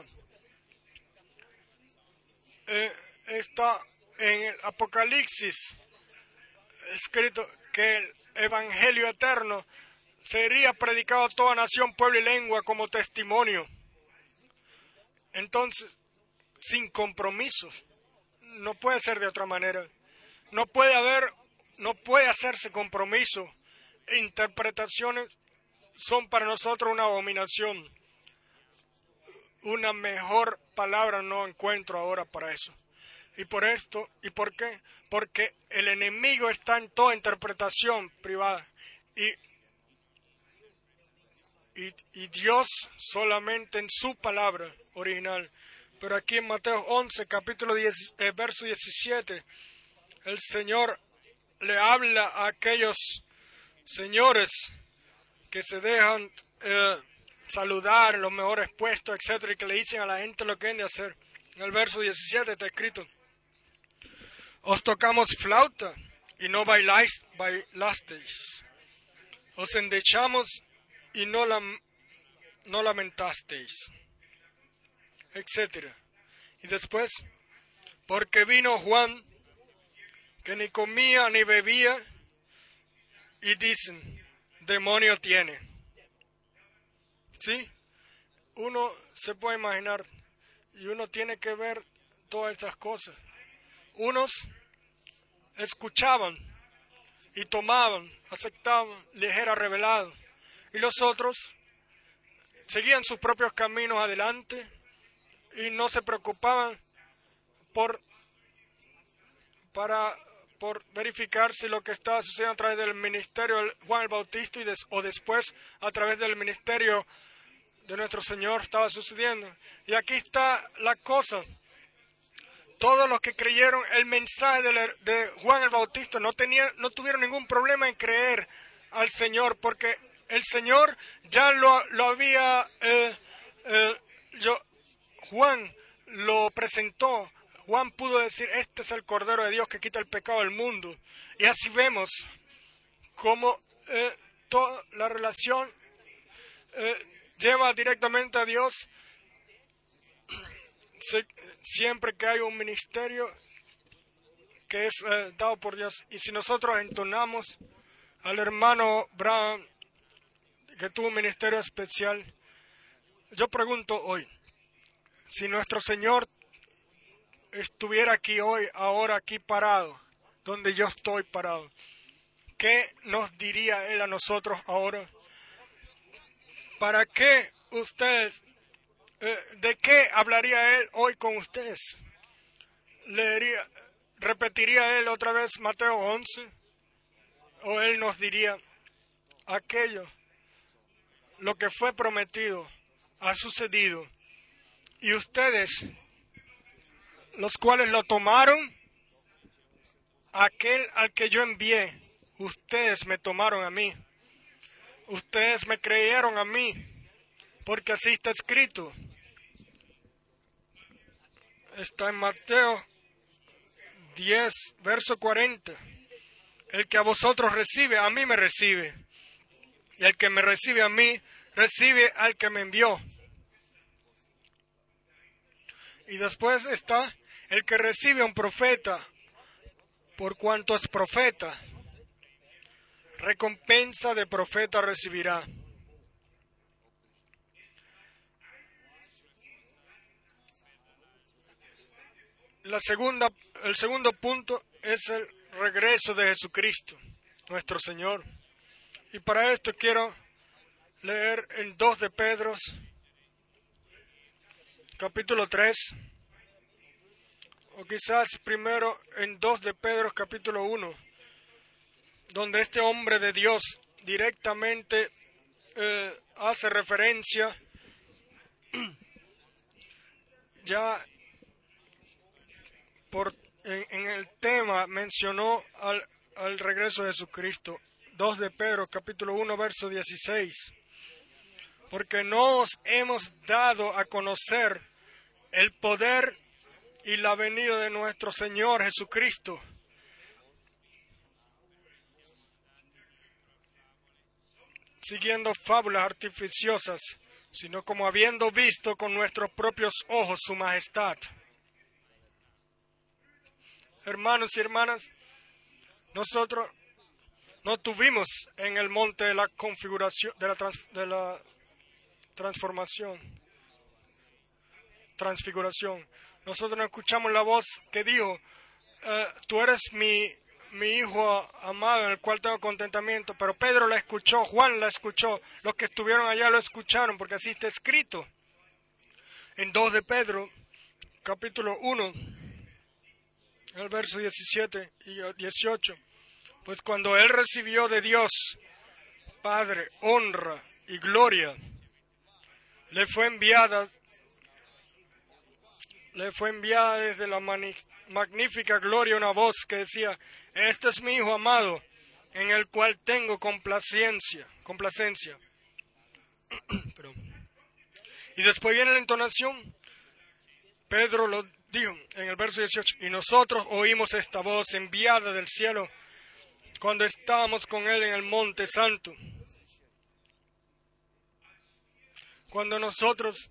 Está en el Apocalipsis escrito que el Evangelio eterno sería predicado a toda nación, pueblo y lengua como testimonio. Entonces, sin compromisos, no puede ser de otra manera. No puede haber no puede hacerse compromiso. Interpretaciones son para nosotros una abominación. Una mejor palabra no encuentro ahora para eso. ¿Y por esto? ¿Y por qué? Porque el enemigo está en toda interpretación privada. Y Dios solamente en su palabra original. Pero aquí en Mateo 11, capítulo 10, verso 17, el Señor le habla a aquellos señores que se dejan saludar en los mejores puestos, etcétera, y que le dicen a la gente lo que deben de hacer. En el verso 17 está escrito: os tocamos flauta y no bailasteis. Os endechamos y no lamentasteis, etcétera. Y después, porque vino Juan, que ni comía ni bebía, y dicen, demonio tiene. ¿Sí? Uno se puede imaginar, y uno tiene que ver todas estas cosas. Unos escuchaban y tomaban, aceptaban, ligera revelado, y los otros seguían sus propios caminos adelante y no se preocupaban por verificar si lo que estaba sucediendo a través del ministerio de Juan el Bautista o después a través del ministerio de nuestro Señor estaba sucediendo. Y aquí está la cosa. Todos los que creyeron el mensaje de Juan el Bautista no tuvieron ningún problema en creer al Señor, porque el Señor ya lo había, Juan lo presentó. Juan pudo decir, este es el Cordero de Dios que quita el pecado del mundo. Y así vemos cómo toda la relación lleva directamente a Dios. Siempre que hay un ministerio que es dado por Dios. Y si nosotros entonamos al hermano Brown, que tuvo un ministerio especial, yo pregunto hoy, si nuestro Señor estuviera aquí hoy, ahora aquí parado, donde yo estoy parado, ¿qué nos diría Él a nosotros ahora? ¿Para qué ustedes, de qué hablaría Él hoy con ustedes? ¿Repetiría Él otra vez Mateo 11? ¿O Él nos diría, aquello, lo que fue prometido, ha sucedido, y ustedes, los cuales lo tomaron, aquel al que yo envié, ustedes me tomaron a mí, ustedes me creyeron a mí, porque así está escrito. Está en Mateo 10, verso 40. El que a vosotros recibe, a mí me recibe. Y el que me recibe a mí, recibe al que me envió. Y después está el que recibe a un profeta, por cuanto es profeta, recompensa de profeta recibirá. El segundo punto es el regreso de Jesucristo, nuestro Señor. Y para esto quiero leer en 2 de Pedro, capítulo 3, o quizás primero en 2 de Pedro, capítulo 1, donde este hombre de Dios directamente hace referencia ya en el tema mencionó al regreso de Jesucristo. 2 de Pedro, capítulo 1, verso 16. Porque no os hemos dado a conocer el poder y la venida de nuestro Señor Jesucristo, siguiendo fábulas artificiosas, sino como habiendo visto con nuestros propios ojos su majestad. Hermanos y hermanas, nosotros no tuvimos en el monte de la configuración, de la transfiguración. Nosotros no escuchamos la voz que dijo, tú eres mi mi hijo amado en el cual tengo contentamiento. Pero Pedro la escuchó, Juan la escuchó, los que estuvieron allá lo escucharon, porque así está escrito. En 2 de Pedro, capítulo 1, el verso 17 y 18. Pues cuando él recibió de Dios, Padre, honra y gloria, le fue enviada desde la magnífica gloria una voz que decía: este es mi Hijo amado, en el cual tengo complacencia. Y después viene la entonación. Pedro lo dijo en el verso 18: y nosotros oímos esta voz enviada del cielo cuando estábamos con él en el monte santo. Cuando nosotros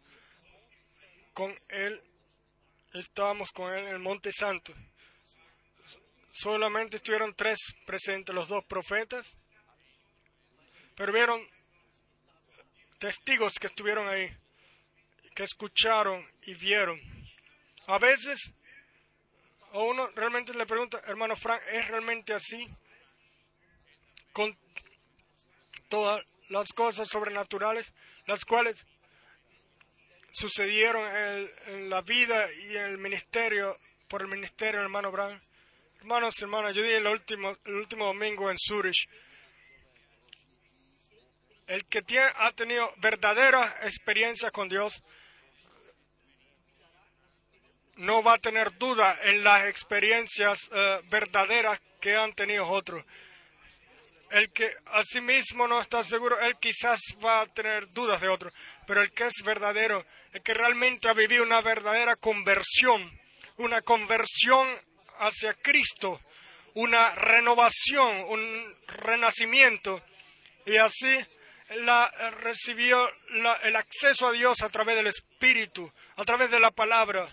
estábamos con él en el monte santo, solamente estuvieron 3 presentes, los 2 profetas, pero vieron testigos que estuvieron ahí, que escucharon y vieron. A veces, a uno realmente le pregunta: hermano Frank, ¿es realmente así? Con todas las cosas sobrenaturales, las cuales sucedieron en la vida y en el ministerio, por el ministerio del hermano Brown. Hermanos y hermanas, yo dije el último domingo en Zurich, el que ha tenido verdaderas experiencias con Dios no va a tener duda en las experiencias verdaderas que han tenido otros. El que a sí mismo no está seguro, él quizás va a tener dudas de otros, pero el que es verdadero, el que realmente ha vivido una verdadera conversión hacia Cristo, una renovación, un renacimiento, y así recibió el acceso a Dios a través del Espíritu, a través de la palabra,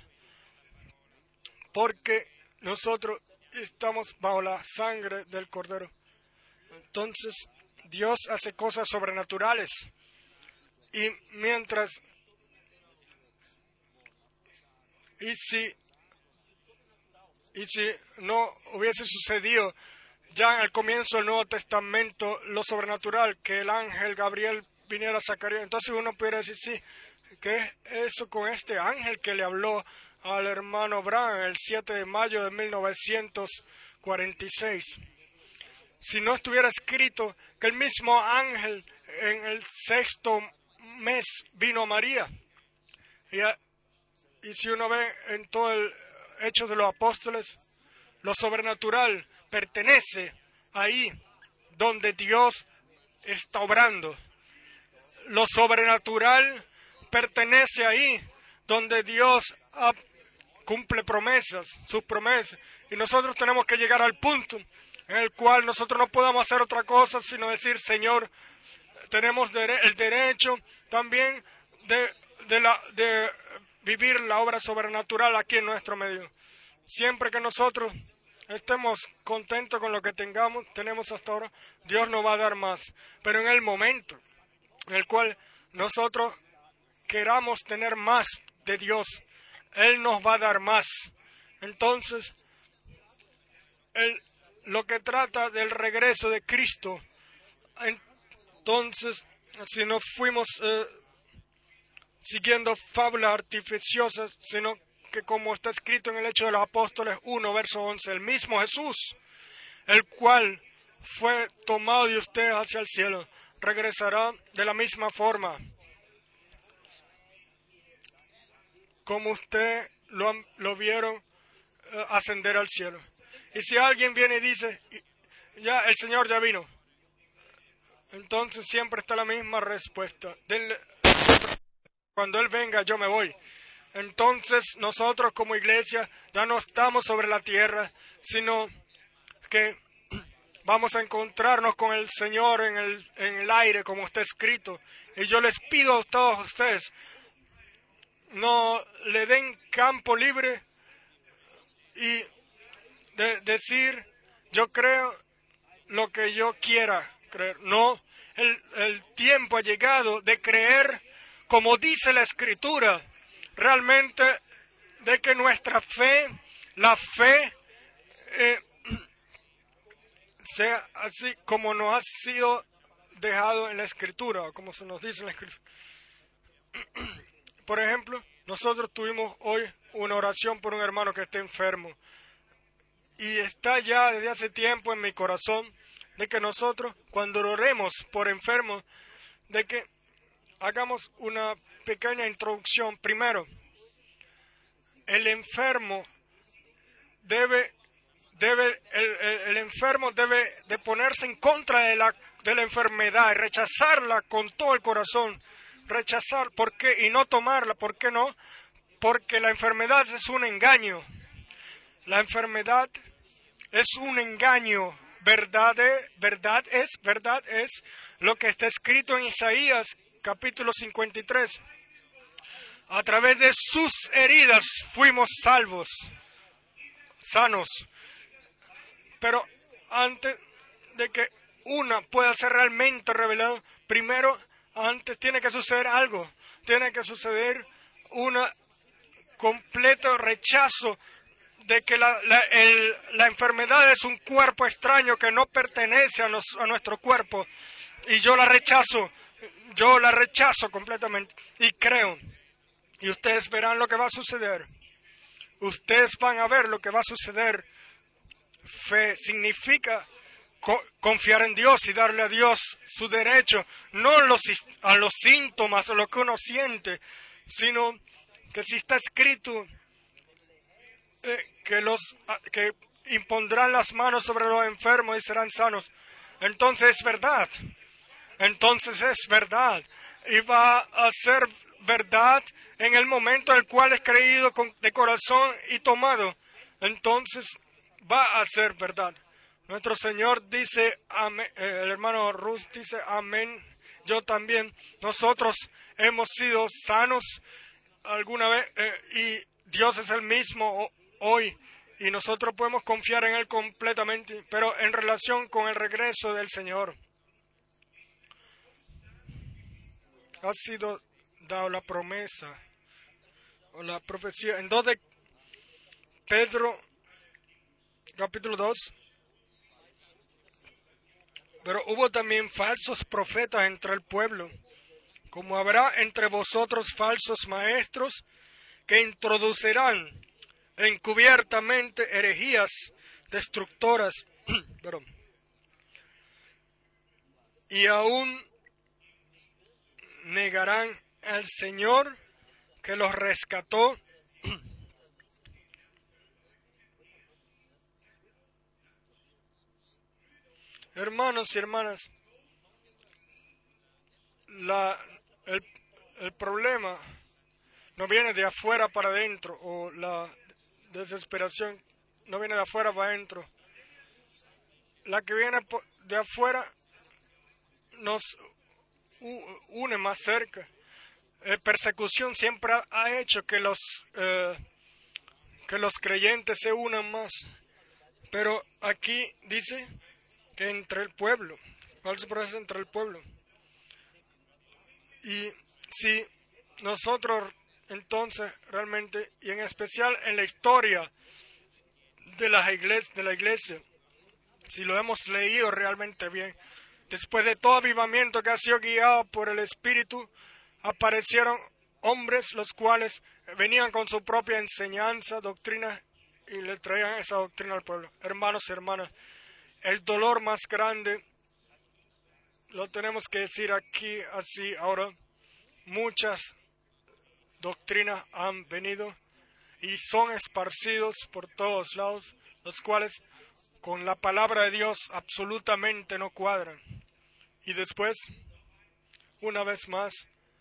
porque nosotros estamos bajo la sangre del Cordero. Entonces, Dios hace cosas sobrenaturales. Y si no hubiese sucedido ya en el comienzo del Nuevo Testamento lo sobrenatural, que el ángel Gabriel viniera a Zacarías, entonces uno pudiera decir: sí, ¿qué es eso con este ángel que le habló al hermano Brown el 7 de mayo de 1946? Si no estuviera escrito que el mismo ángel en el 6º mes vino a María. Y si uno ve en todo el Hechos de los Apóstoles, lo sobrenatural pertenece ahí donde Dios está obrando. Lo sobrenatural pertenece ahí donde Dios cumple promesas, sus promesas. Y nosotros tenemos que llegar al punto en el cual nosotros no podamos hacer otra cosa sino decir: Señor, tenemos el derecho también de vivir la obra sobrenatural aquí en nuestro medio. Siempre que nosotros estemos contentos con lo que tenemos hasta ahora, Dios nos va a dar más. Pero en el momento en el cual nosotros queramos tener más de Dios, Él nos va a dar más. Entonces, lo que trata del regreso de Cristo, entonces, si no fuimos siguiendo fábulas artificiosas, sino que como está escrito en el Hechos de los Apóstoles 1, verso 11, el mismo Jesús, el cual fue tomado de ustedes hacia el cielo, regresará de la misma forma como usted lo vieron ascender al cielo. Y si alguien viene y dice: ya el Señor ya vino, entonces siempre está la misma respuesta: cuando Él venga yo me voy. Entonces nosotros como iglesia ya no estamos sobre la tierra, sino que vamos a encontrarnos con el Señor en el aire, como está escrito. Y yo les pido a todos ustedes, no le den campo libre y decir: yo creo lo que yo quiera creer. No, el tiempo ha llegado de creer como dice la Escritura, realmente de que nuestra fe, la fe sea así como nos ha sido dejado en la Escritura, o como se nos dice en la Escritura. Por ejemplo, nosotros tuvimos hoy una oración por un hermano que está enfermo. Y está ya desde hace tiempo en mi corazón de que nosotros, cuando oremos por enfermos, de que hagamos una pequeña introducción. Primero, el enfermo el enfermo debe de ponerse en contra de la enfermedad y rechazarla con todo el corazón. Rechazar, ¿por qué? Y no tomarla, ¿por qué no? Porque la enfermedad es un engaño. La enfermedad es un engaño. Verdad es lo que está escrito en Isaías, capítulo 53. A través de sus heridas fuimos sanos. Pero antes de que una pueda ser realmente revelada, primero, antes tiene que suceder algo. Tiene que suceder un completo rechazo de que la enfermedad es un cuerpo extraño que no pertenece a nuestro cuerpo. Y yo la rechazo completamente. Y creo, y ustedes verán lo que va a suceder. Ustedes van a ver lo que va a suceder. Fe significa confiar en Dios y darle a Dios su derecho, no a los síntomas o lo que uno siente, sino que si está escrito que impondrán las manos sobre los enfermos y serán sanos, entonces es verdad. Y va a ser verdad en el momento en el cual es creído de corazón y tomado. Entonces va a ser verdad. Nuestro Señor dice, amén. El hermano Rus dice, amén. Yo también. Nosotros hemos sido sanos alguna vez y Dios es el mismo hoy. Y nosotros podemos confiar en Él completamente. Pero en relación con el regreso del Señor, ha sido dado la promesa o la profecía en 2 de Pedro, capítulo 2. Pero hubo también falsos profetas entre el pueblo, como habrá entre vosotros falsos maestros que introducirán encubiertamente herejías destructoras, y aún negarán al Señor que los rescató. Hermanos y hermanas, el problema no viene de afuera para adentro, o la desesperación no viene de afuera para adentro. La que viene de afuera nos une más cerca. Persecución siempre ha hecho que los creyentes se unan más. Pero aquí dice que entre el pueblo, falso profeta entre el pueblo. Y si nosotros entonces realmente, y en especial en la historia de la iglesia, si lo hemos leído realmente bien, después de todo avivamiento que ha sido guiado por el Espíritu, aparecieron hombres los cuales venían con su propia enseñanza, doctrina, y le traían esa doctrina al pueblo. Hermanos y hermanas, el dolor más grande, lo tenemos que decir aquí así ahora, muchas doctrinas han venido y son esparcidos por todos lados, los cuales con la palabra de Dios absolutamente no cuadran. Y después, una vez más,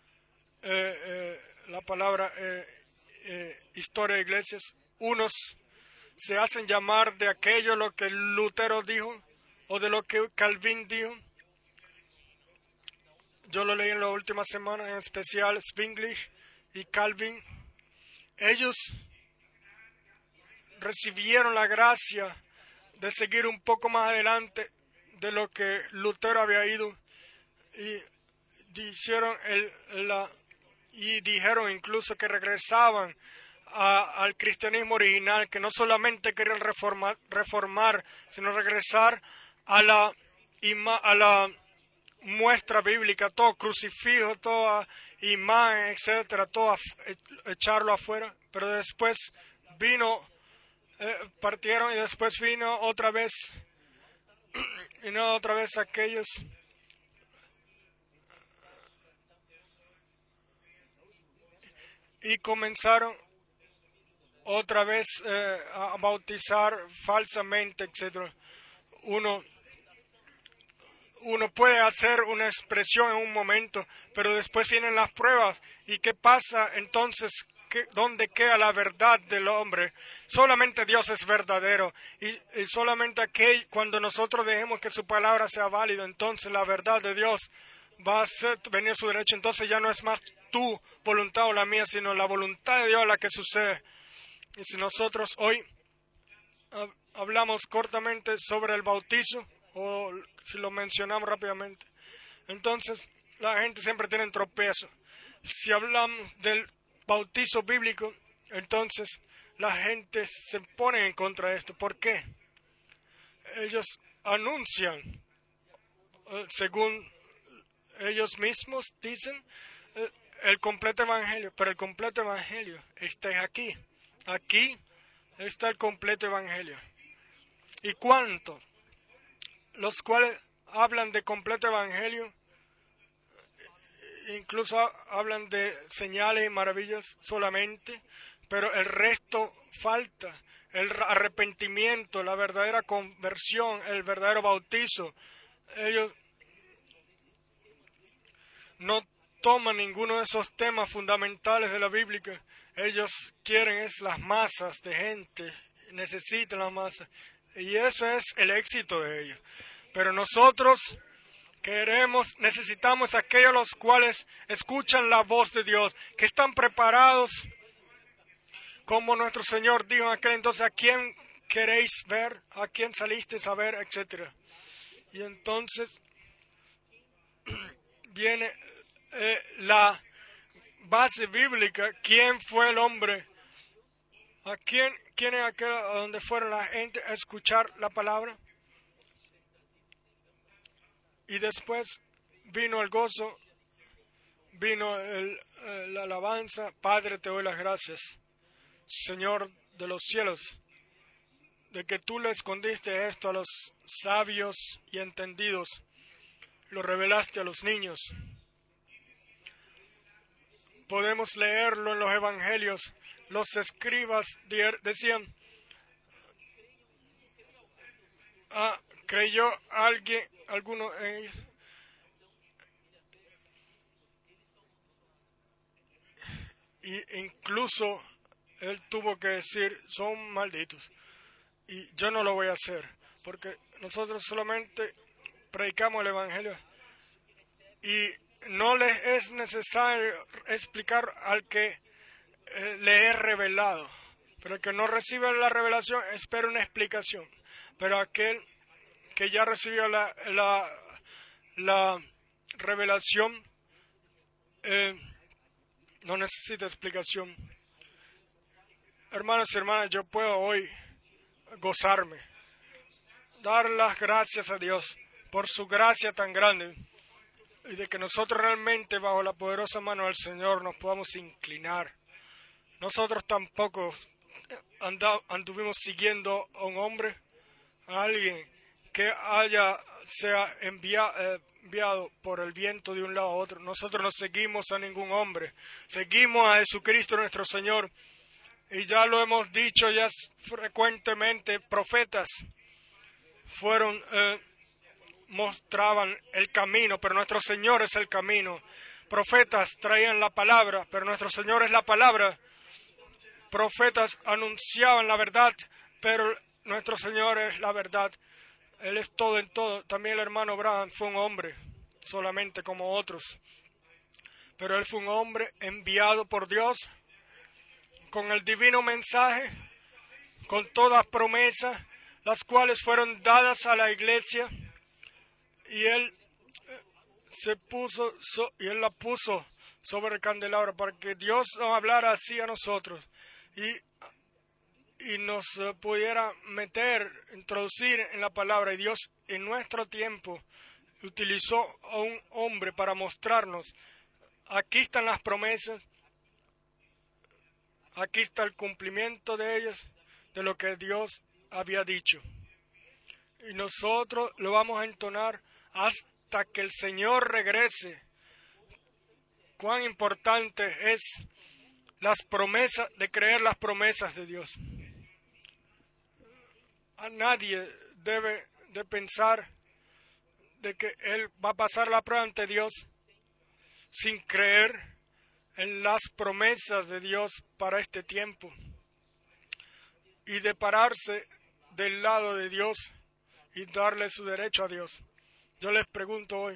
la palabra historia de iglesias, unos se hacen llamar de aquello lo que Lutero dijo o de lo que Calvin dijo. Yo lo leí en la última semana, en especial Zwingli y Calvin. Ellos recibieron la gracia de seguir un poco más adelante de lo que Lutero había ido y dijeron incluso que regresaban al cristianismo original, que no solamente querían reformar, sino regresar a la muestra bíblica, todo crucifijo, toda imagen, etcétera, todo echarlo afuera. Pero después partieron y después vino otra vez aquellos y comenzaron otra vez a bautizar falsamente, etcétera. Uno puede hacer una expresión en un momento, pero después vienen las pruebas. ¿Y qué pasa entonces? ¿Dónde queda la verdad del hombre? Solamente Dios es verdadero. Y solamente cuando nosotros dejemos que su palabra sea válida, entonces la verdad de Dios va a venir a su derecho. Entonces ya no es más tu voluntad o la mía, sino la voluntad de Dios la que sucede. Y si nosotros hoy hablamos cortamente sobre el bautizo, o si lo mencionamos rápidamente, entonces la gente siempre tiene tropiezo. Si hablamos del bautizo bíblico, entonces la gente se pone en contra de esto. ¿Por qué? Ellos anuncian, según ellos mismos dicen, el completo evangelio, pero el completo evangelio está aquí. Aquí está el completo evangelio. ¿Y cuántos? Los cuales hablan de completo evangelio, incluso hablan de señales y maravillas solamente, pero el resto falta. El arrepentimiento, la verdadera conversión, el verdadero bautizo. Ellos no toman ninguno de esos temas fundamentales de la Biblia. Ellos quieren las masas de gente, necesitan las masas. Y ese es el éxito de ellos. Pero nosotros necesitamos aquellos los cuales escuchan la voz de Dios, que están preparados, como nuestro Señor dijo en aquel entonces: ¿a quién queréis ver? ¿A quién salisteis a ver? Etcétera. Y entonces viene la base bíblica. ¿Quién fue el hombre? ¿A quién es aquel a donde fueron la gente a escuchar la palabra? Y después vino el gozo, vino la alabanza. Padre, te doy las gracias, Señor de los cielos, de que tú le escondiste esto a los sabios y entendidos, lo revelaste a los niños. Podemos leerlo en los evangelios. Los escribas decían: ¿creyó alguno en ellos? Y incluso él tuvo que decir: son malditos. Y yo no lo voy a hacer, porque nosotros solamente predicamos el evangelio. Y no les es necesario explicar al que le he revelado. Pero el que no recibe la revelación espera una explicación. Pero aquel que ya recibió la revelación no necesita explicación. Hermanos y hermanas, yo puedo hoy gozarme, dar las gracias a Dios por su gracia tan grande, y de que nosotros realmente bajo la poderosa mano del Señor nos podamos inclinar. Nosotros tampoco anduvimos siguiendo a un hombre, a alguien que sea enviado por el viento de un lado a otro. Nosotros no seguimos a ningún hombre, seguimos a Jesucristo nuestro Señor. Y ya lo hemos dicho ya frecuentemente, profetas mostraban el camino, pero nuestro Señor es el camino. Profetas traían la palabra, pero nuestro Señor es la palabra. Profetas anunciaban la verdad, pero nuestro Señor es la verdad. Él es todo en todo. También el hermano Abraham fue un hombre, solamente como otros. Pero él fue un hombre enviado por Dios, con el divino mensaje, con todas promesas, las cuales fueron dadas a la iglesia. Y él la puso sobre el candelabro para que Dios nos hablara así a nosotros y nos pudiera introducir en la palabra. Y Dios en nuestro tiempo utilizó a un hombre para mostrarnos, aquí están las promesas, aquí está el cumplimiento de ellas, de lo que Dios había dicho. Y nosotros lo vamos a entonar hasta que el Señor regrese. Cuán importante es las promesas, de creer las promesas de Dios. A nadie debe de pensar de que él va a pasar la prueba ante Dios sin creer en las promesas de Dios para este tiempo y de pararse del lado de Dios y darle su derecho a Dios. Yo les pregunto hoy,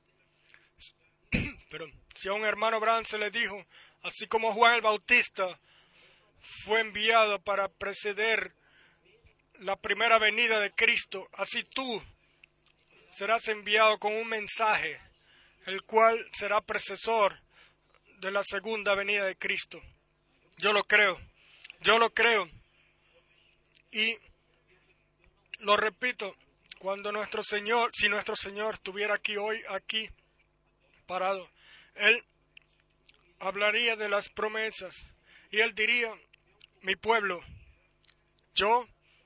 pero si a un hermano Branham se le dijo, así como Juan el Bautista fue enviado para preceder la primera venida de Cristo, así tú serás enviado con un mensaje, el cual será precesor de la segunda venida de Cristo. Yo lo creo. Y lo repito, cuando nuestro Señor, si nuestro Señor estuviera aquí hoy, aquí parado, Él hablaría de las promesas y Él diría, mi pueblo, yo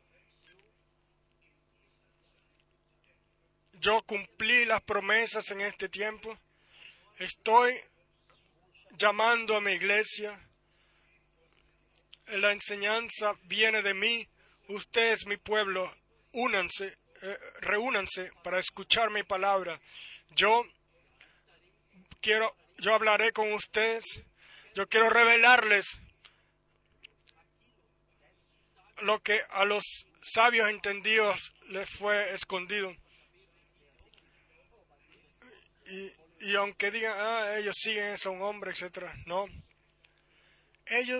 cumplí las promesas en este tiempo, estoy llamando a mi iglesia, la enseñanza viene de mí, ustedes, mi pueblo, reúnanse para escuchar mi palabra. Yo hablaré con ustedes, yo quiero revelarles lo que a los sabios entendidos les fue escondido. Y aunque digan, ellos siguen eso, un hombre, etc. No. Ellos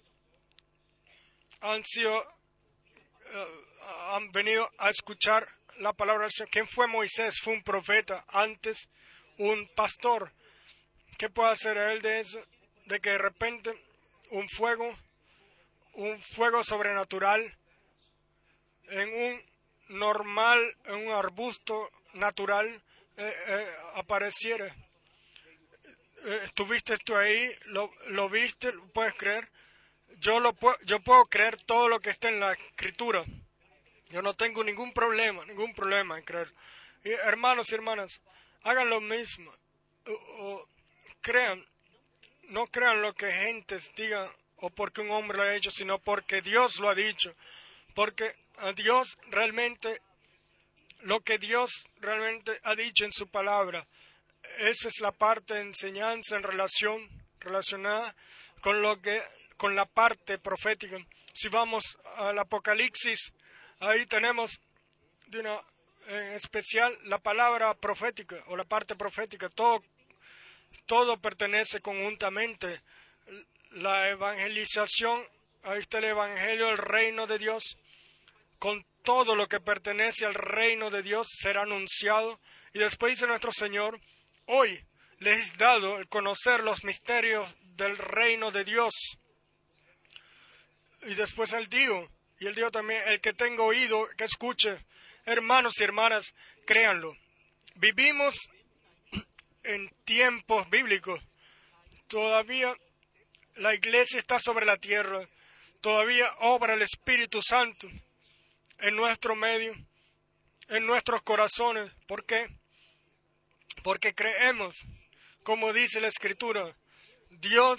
han venido a escuchar la palabra del Señor. ¿Quién fue Moisés? Fue un profeta, antes un pastor. ¿Qué puede hacer él de eso? De que de repente un fuego sobrenatural en un arbusto natural apareciera. ¿Estuviste tú ahí? ¿Lo viste? ¿Lo puedes creer? Yo puedo creer todo lo que está en la Escritura. Yo no tengo ningún problema en creer. Y hermanos y hermanas, hagan lo mismo. No crean lo que gentes digan o porque un hombre lo ha hecho, sino porque Dios lo ha dicho. Porque a Dios realmente, lo que Dios realmente ha dicho en su palabra, esa es la parte de enseñanza relacionada con la parte profética. Si vamos al Apocalipsis, ahí tenemos en especial la palabra profética o la parte profética. Todo pertenece conjuntamente. La evangelización, ahí está el evangelio del reino de Dios. Con todo lo que pertenece al reino de Dios será anunciado. Y después dice nuestro Señor, hoy les he dado el conocer los misterios del reino de Dios. Y después él dijo también, el que tenga oído, que escuche. Hermanos y hermanas, créanlo. Vivimos en tiempos bíblicos. Todavía la iglesia está sobre la tierra. Todavía obra el Espíritu Santo en nuestro medio, en nuestros corazones. ¿Por qué? Porque creemos, como dice la Escritura, Dios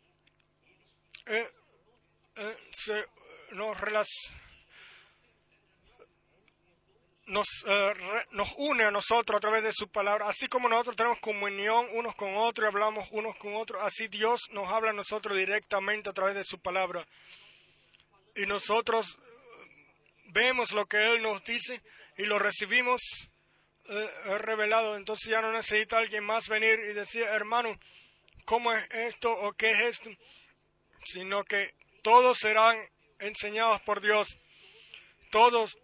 nos une a nosotros a través de su palabra. Así como nosotros tenemos comunión unos con otros y hablamos unos con otros, así Dios nos habla a nosotros directamente a través de su palabra. Y nosotros vemos lo que Él nos dice y lo recibimos revelado. Entonces ya no necesita alguien más venir y decir, hermano, ¿cómo es esto o qué es esto? Sino que todos serán enseñados por Dios. Todos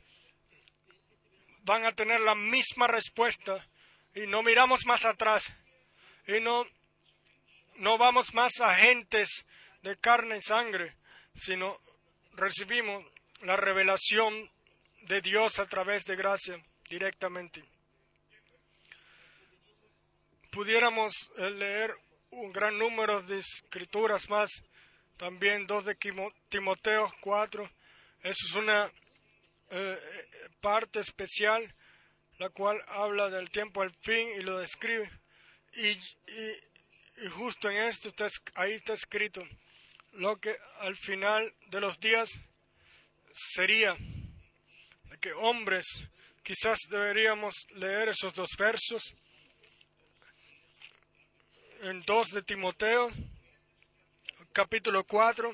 van a tener la misma respuesta y no miramos más atrás y no vamos más a agentes de carne y sangre, sino recibimos la revelación de Dios a través de gracia. directamente. Pudiéramos leer un gran número de escrituras más, también 2 de Timoteo 4. Eso es una parte especial, la cual habla del tiempo al fin y lo describe. Y justo en esto ahí está escrito lo que al final de los días sería, que hombres, quizás deberíamos leer esos 2 versos en 2 de Timoteo, capítulo 4.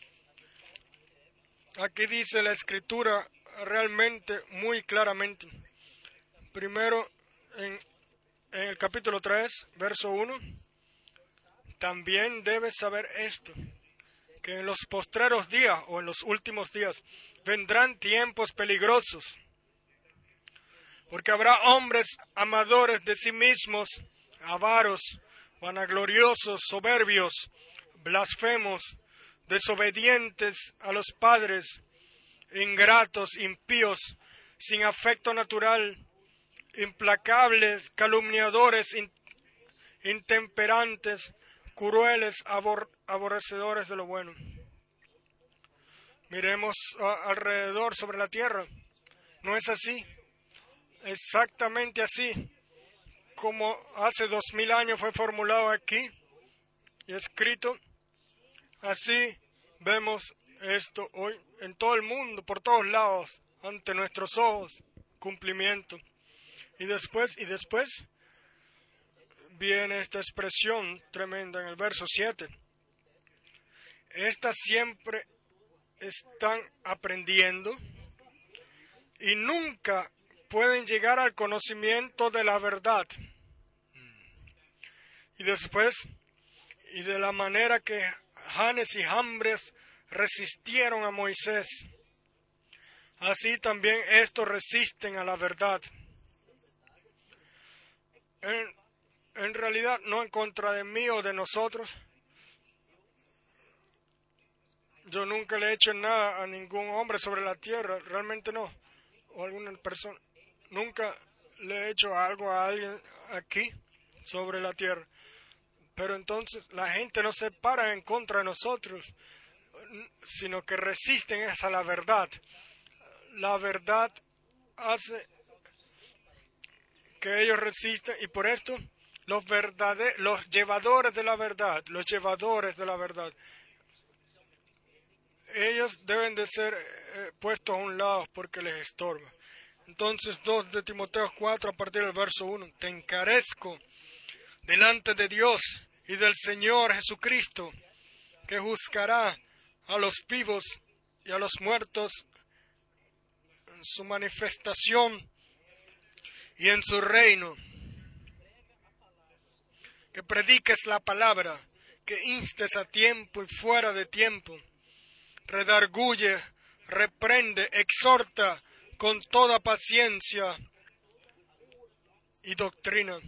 Aquí dice la escritura realmente muy claramente. Primero, en el capítulo 3, verso 1, también debes saber esto, que en los postreros días o en los últimos días vendrán tiempos peligrosos, porque habrá hombres amadores de sí mismos, avaros, vanagloriosos, soberbios, blasfemos, desobedientes a los padres, ingratos, impíos, sin afecto natural, implacables, calumniadores, intemperantes, crueles, aborrecedores de lo bueno. Miremos alrededor sobre la tierra. ¿No es así? Exactamente así, como hace 2000 años fue formulado aquí y escrito. Así vemos esto hoy en todo el mundo, por todos lados, ante nuestros ojos, cumplimiento. Y después viene esta expresión tremenda en el verso 7. Estas siempre están aprendiendo y nunca pueden llegar al conocimiento de la verdad. Y después, y de la manera que Janes y Jambres resistieron a Moisés, así también estos resisten a la verdad. En realidad, no en contra de mí o de nosotros. Yo nunca le he hecho nada a ningún hombre sobre la tierra, realmente no. O alguna persona. Nunca le he hecho algo a alguien aquí sobre la tierra. Pero entonces la gente no se para en contra de nosotros, sino que resisten a la verdad. La verdad hace que ellos resisten, y por esto los llevadores de la verdad, ellos deben de ser puestos a un lado porque les estorba. Entonces 2 de Timoteo 4 a partir del verso 1, te encarezco delante de Dios y del Señor Jesucristo, que juzgará a los vivos y a los muertos en su manifestación y en su reino. Que prediques la palabra, que instes a tiempo y fuera de tiempo, redarguye, reprende, exhorta con toda paciencia y doctrina.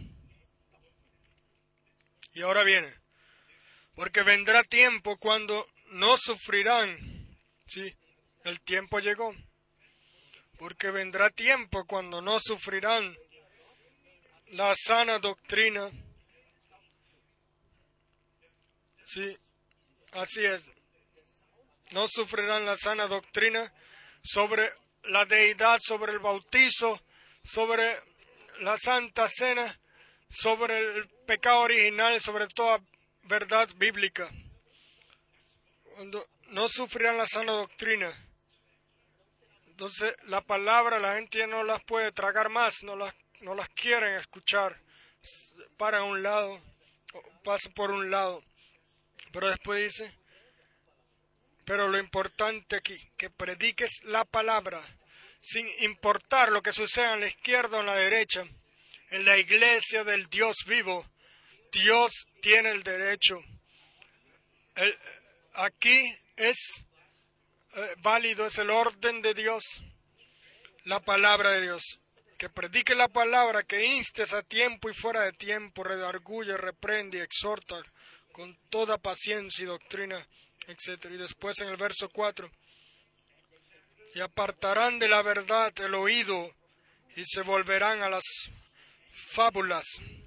Y ahora viene, porque vendrá tiempo cuando no sufrirán. Sí, el tiempo llegó. Porque vendrá tiempo cuando no sufrirán la sana doctrina. Sí, así es. No sufrirán la sana doctrina sobre la deidad, sobre el bautizo, sobre la Santa Cena, sobre el pecado original, sobre toda verdad bíblica. Cuando no sufrirán la sana doctrina, entonces la palabra la gente ya no las puede tragar más, no las quieren escuchar, para a un lado, pasa por un lado, pero después dice, pero lo importante aquí, que prediques la palabra, sin importar lo que suceda en la izquierda o en la derecha, en la iglesia del Dios vivo. Dios tiene el derecho. Aquí es válido, es el orden de Dios, la palabra de Dios. Que predique la palabra, que instes a tiempo y fuera de tiempo, redarguye, reprende y exhorta con toda paciencia y doctrina, etc. Y después en el verso 4, y apartarán de la verdad el oído y se volverán a las fábulas.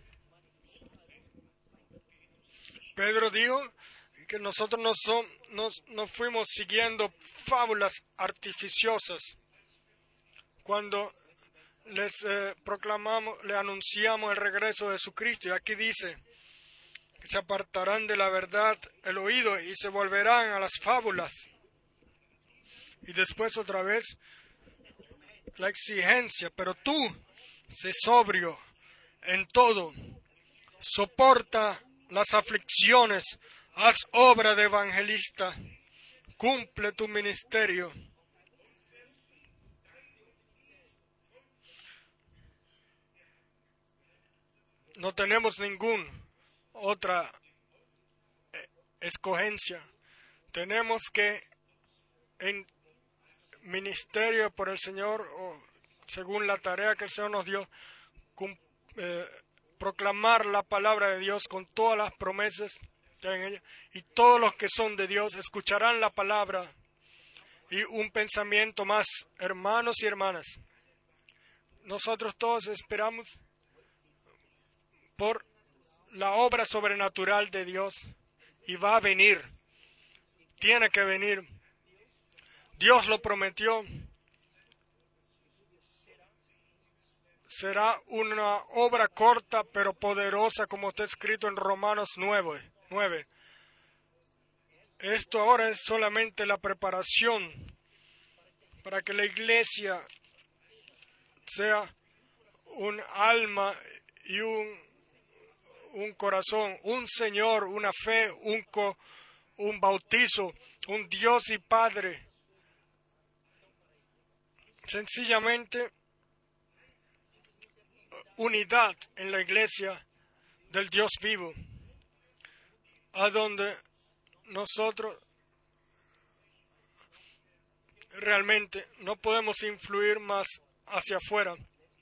Pedro dijo que nosotros no fuimos siguiendo fábulas artificiosas cuando les proclamamos, le anunciamos el regreso de Jesucristo. Y aquí dice que se apartarán de la verdad el oído y se volverán a las fábulas. Y después otra vez la exigencia, pero tú, sé sobrio en todo, soporta las aflicciones, haz obra de evangelista, cumple tu ministerio. No tenemos ninguna otra escogencia. Tenemos que en ministerio por el Señor, o según la tarea que el Señor nos dio, proclamar la palabra de Dios con todas las promesas que hay en ella. Y todos los que son de Dios escucharán la palabra. Y un pensamiento más, hermanos y hermanas. Nosotros todos esperamos por la obra sobrenatural de Dios y va a venir, tiene que venir. Dios lo prometió. Será una obra corta pero poderosa, como está escrito en Romanos 9. Esto ahora es solamente la preparación para que la iglesia sea un alma y un corazón, un Señor, una fe, un bautizo, un Dios y Padre. Sencillamente unidad en la iglesia del Dios vivo, a donde nosotros realmente no podemos influir más hacia afuera.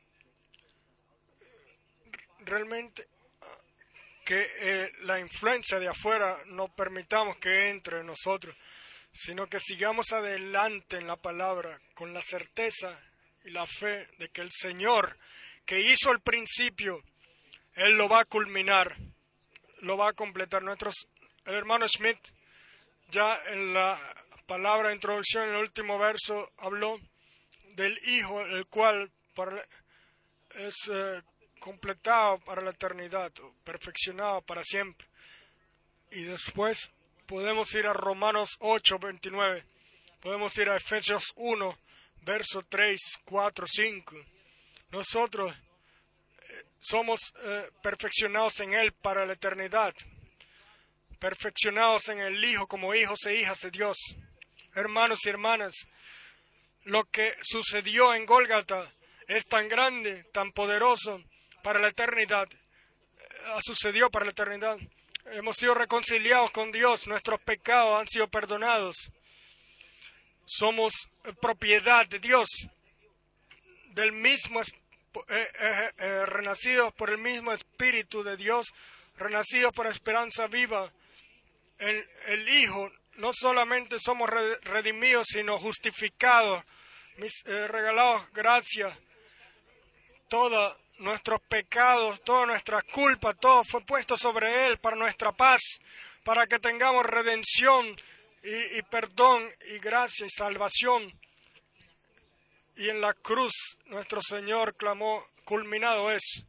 Realmente que la influencia de afuera no permitamos que entre en nosotros, sino que sigamos adelante en la palabra con la certeza y la fe de que el Señor que hizo el principio, Él lo va a culminar, lo va a completar. El hermano Smith ya en la palabra de introducción, en el último verso, habló del Hijo, el cual es completado para la eternidad, perfeccionado para siempre. Y después podemos ir a Romanos 8:29, podemos ir a Efesios 1, verso 3, 4, 5. Nosotros somos perfeccionados en Él para la eternidad, perfeccionados en el Hijo como hijos e hijas de Dios. Hermanos y hermanas, lo que sucedió en Gólgata es tan grande, tan poderoso para la eternidad. Sucedió para la eternidad. Hemos sido reconciliados con Dios, nuestros pecados han sido perdonados. Somos propiedad de Dios, del mismo renacidos por el mismo Espíritu de Dios, renacidos por esperanza viva. El Hijo, no solamente somos redimidos, sino justificados, regalados gracia. Todos nuestros pecados, toda nuestra culpa, todo fue puesto sobre Él para nuestra paz, para que tengamos redención y perdón y gracia y salvación. Y en la cruz nuestro Señor clamó, culminado es.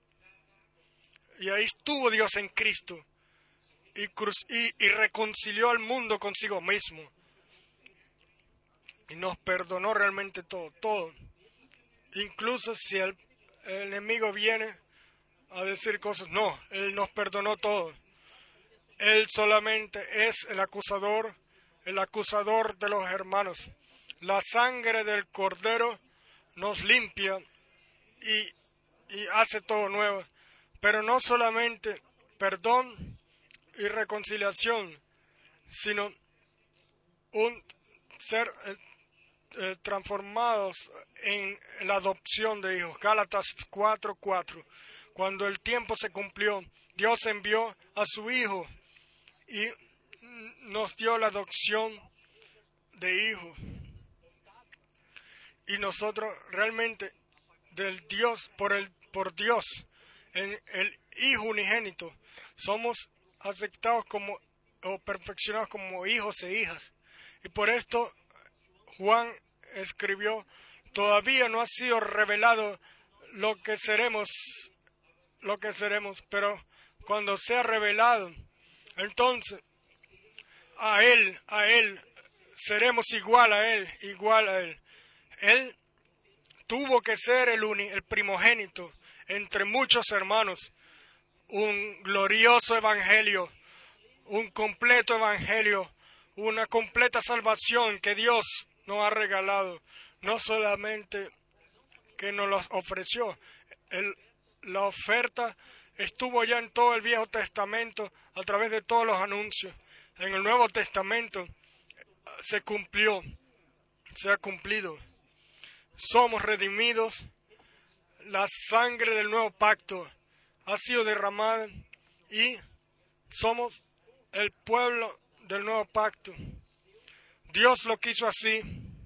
Y ahí estuvo Dios en Cristo y reconcilió al mundo consigo mismo. Y nos perdonó realmente todo. Incluso si el enemigo viene a decir cosas, no, Él nos perdonó todo. Él solamente es el acusador de los hermanos. La sangre del Cordero nos limpia y hace todo nuevo. Pero no solamente perdón y reconciliación, sino un ser transformados en la adopción de hijos. Gálatas 4:4. Cuando el tiempo se cumplió, Dios envió a su Hijo y nos dio la adopción de hijos. Y nosotros realmente del Dios, por Dios, en el Hijo unigénito, somos aceptados como o perfeccionados como hijos e hijas. Y por esto Juan escribió: todavía no ha sido revelado lo que seremos, pero cuando sea revelado, entonces a Él seremos igual a Él. Él tuvo que ser el primogénito entre muchos hermanos, un glorioso evangelio, un completo evangelio, una completa salvación que Dios nos ha regalado, no solamente que nos los ofreció. La oferta estuvo ya en todo el Viejo Testamento a través de todos los anuncios. En el Nuevo Testamento se ha cumplido. Somos redimidos. La sangre del nuevo pacto ha sido derramada y somos el pueblo del nuevo pacto. Dios lo quiso así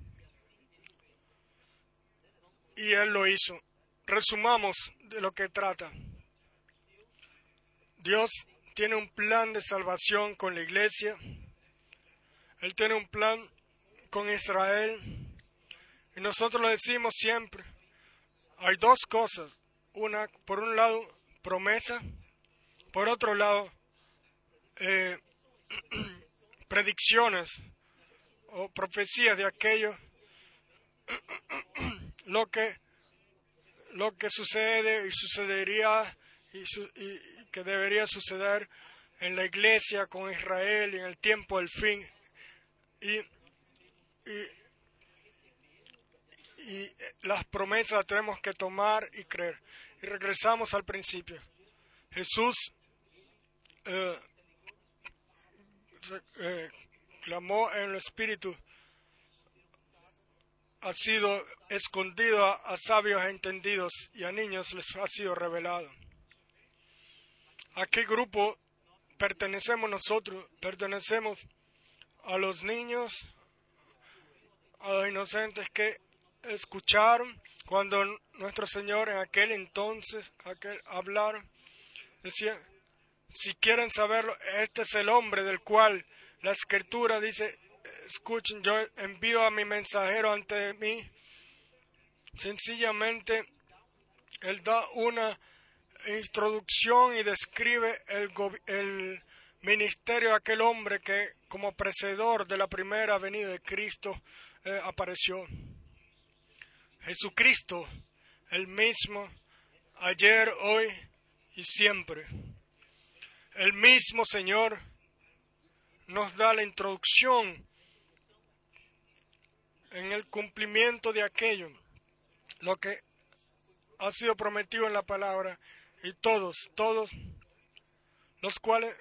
y Él lo hizo. Resumamos de lo que trata. Dios tiene un plan de salvación con la iglesia. Él tiene un plan con Israel. Y nosotros lo decimos siempre. Hay dos cosas. Una, por un lado, promesa. Por otro lado, predicciones o profecías de aquello lo que sucede y sucedería y que debería suceder en la iglesia con Israel y en el tiempo del fin. Y las promesas las tenemos que tomar y creer. Y regresamos al principio. Jesús clamó en el Espíritu: ha sido escondido a sabios e entendidos, y a niños les ha sido revelado. ¿A qué grupo pertenecemos nosotros? Pertenecemos a los niños, a los inocentes que escucharon cuando nuestro Señor en aquel entonces hablaron. Decía: si quieren saberlo, este es el hombre del cual la Escritura dice: escuchen, yo envío a mi mensajero ante mí. Sencillamente, Él da una introducción y describe el ministerio de aquel hombre que, como precedor de la primera venida de Cristo, apareció. Jesucristo, el mismo, ayer, hoy y siempre. El mismo Señor nos da la introducción en el cumplimiento de aquello, lo que ha sido prometido en la palabra, y todos los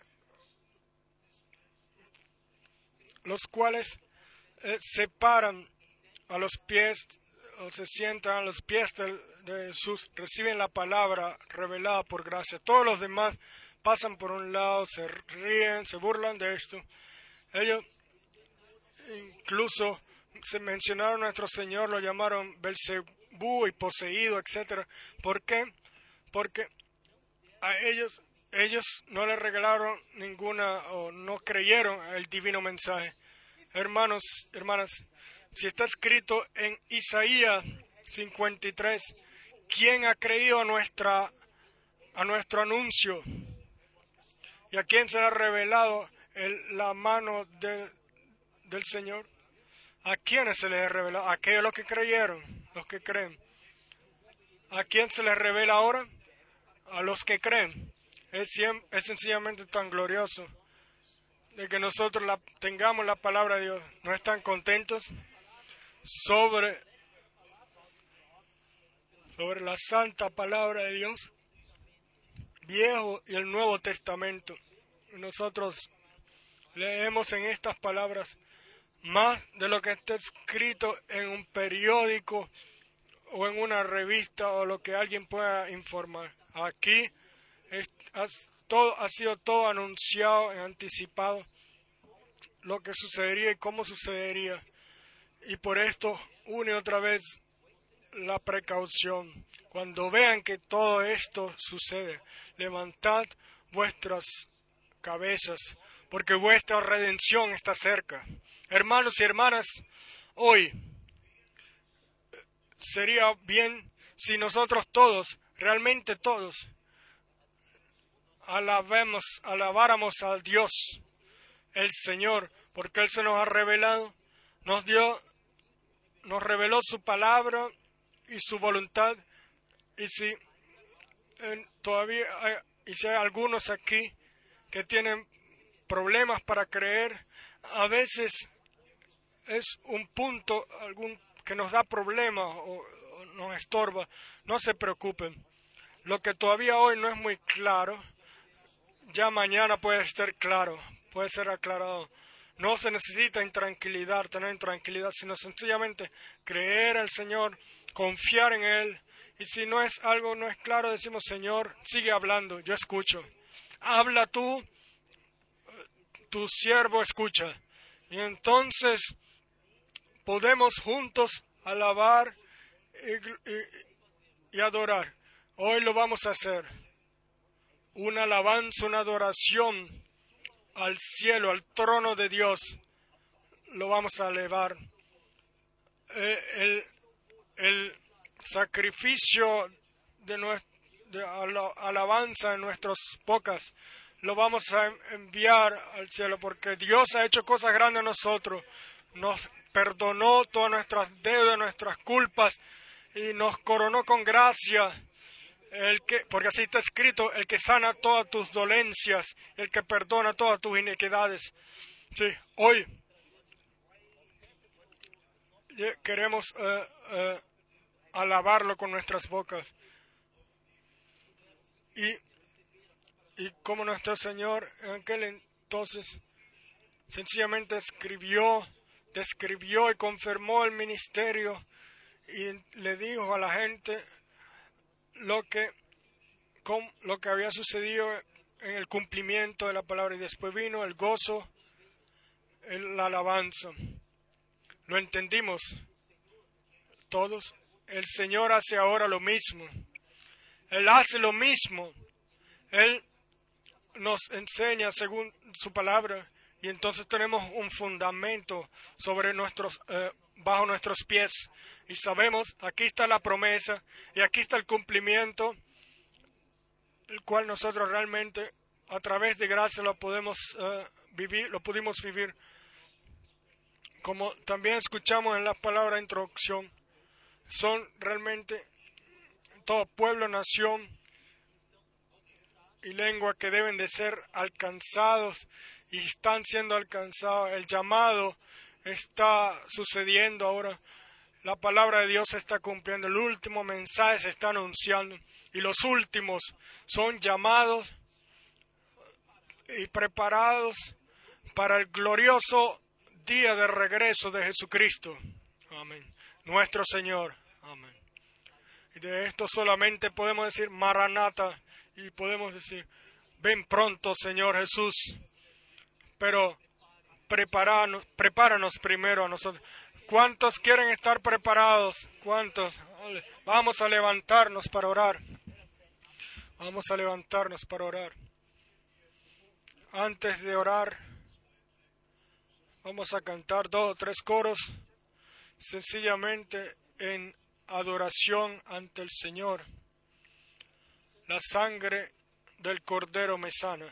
cuales se paran a los pies o se sientan a los pies de Jesús, reciben la palabra revelada por gracia. Todos los demás pasan por un lado, se ríen, se burlan de esto. Ellos incluso se mencionaron a nuestro Señor, lo llamaron Belzebú y poseído, etc. ¿Por qué? Porque a ellos no les regalaron ninguna, o no creyeron el divino mensaje. Hermanos, hermanas, si está escrito en Isaías 53, ¿quién ha creído a nuestro anuncio? ¿Y a quién se le ha revelado la mano del Señor? ¿A quiénes se les ha revelado? A aquellos los que creyeron, los que creen. ¿A quién se les revela ahora? A los que creen. Es sencillamente tan glorioso de que nosotros tengamos la palabra de Dios. ¿No están contentos sobre la santa palabra de Dios? Viejo y el Nuevo Testamento. Nosotros leemos en estas palabras más de lo que está escrito en un periódico o en una revista o lo que alguien pueda informar. Aquí ha sido todo anunciado, anticipado, lo que sucedería y cómo sucedería. Y por esto, una y otra vez, la precaución. Cuando vean que todo esto sucede, levantad vuestras cabezas, porque vuestra redención está cerca. Hermanos y hermanas, hoy sería bien si nosotros todos, realmente todos, alabáramos al Dios, el Señor, porque Él se nos ha revelado, nos reveló su palabra y su voluntad. Y si si hay algunos aquí que tienen problemas para creer, a veces es un punto que nos da problemas o nos estorba. No se preocupen. Lo que todavía hoy no es muy claro, ya mañana puede estar claro, puede ser aclarado. No se necesita tener intranquilidad, sino sencillamente creer al Señor, confiar en Él. Y si no es claro, decimos: Señor, sigue hablando, yo escucho. Habla tú, tu siervo escucha. Y entonces podemos juntos alabar y adorar. Hoy lo vamos a hacer. Una alabanza, una adoración al cielo, al trono de Dios. Lo vamos a elevar. El sacrificio de alabanza en nuestras bocas lo vamos a enviar al cielo, porque Dios ha hecho cosas grandes a nosotros. Nos perdonó todas nuestras deudas, nuestras culpas, y nos coronó con gracia. Porque así está escrito: el que sana todas tus dolencias, el que perdona todas tus iniquidades. Sí, hoy queremos alabarlo con nuestras bocas. Y como nuestro Señor en aquel entonces sencillamente describió y confirmó el ministerio, y le dijo a la gente lo que había sucedido en el cumplimiento de la palabra, y después vino el gozo, la alabanza. ¿Lo entendimos todos? El Señor hace ahora lo mismo. Él hace lo mismo. Él nos enseña según su palabra, y entonces tenemos un fundamento bajo nuestros pies, y sabemos: aquí está la promesa y aquí está el cumplimiento, el cual nosotros realmente a través de gracia lo pudimos vivir. Como también escuchamos en la palabra de introducción, son realmente todo pueblo, nación y lengua que deben de ser alcanzados, y están siendo alcanzados. El llamado está sucediendo ahora. La palabra de Dios se está cumpliendo. El último mensaje se está anunciando. Y los últimos son llamados y preparados para el glorioso día de regreso de Jesucristo. Amén. Nuestro Señor. Amén. Y de esto solamente podemos decir: Maranata. Y podemos decir: ven pronto, Señor Jesús. Pero prepáranos primero a nosotros. ¿Cuántos quieren estar preparados? ¿Cuántos? Vamos a levantarnos para orar. Vamos a levantarnos para orar. Antes de orar, vamos a cantar 2 o 3 coros, sencillamente en adoración ante el Señor. La sangre del Cordero me sana.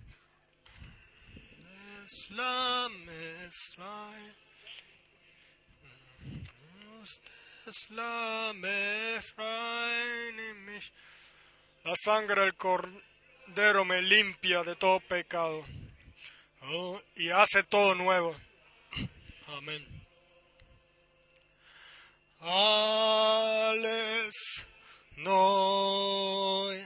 La sangre del Cordero me limpia de todo pecado, y hace todo nuevo. Amén. Alles neu,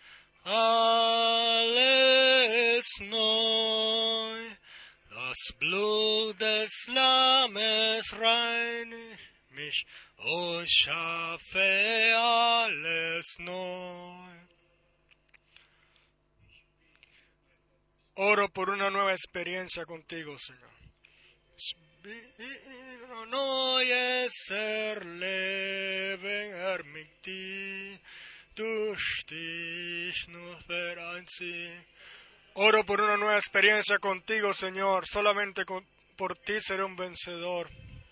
alles neu, das Blut des Lammes reinigt mich, schaffe alles neu. Oro por una nueva experiencia contigo, Señor. neues Leben ermickt die, durch dich nur vereinzig. Oro por una nueva experiencia contigo, Señor. Solamente por ti seré un vencedor.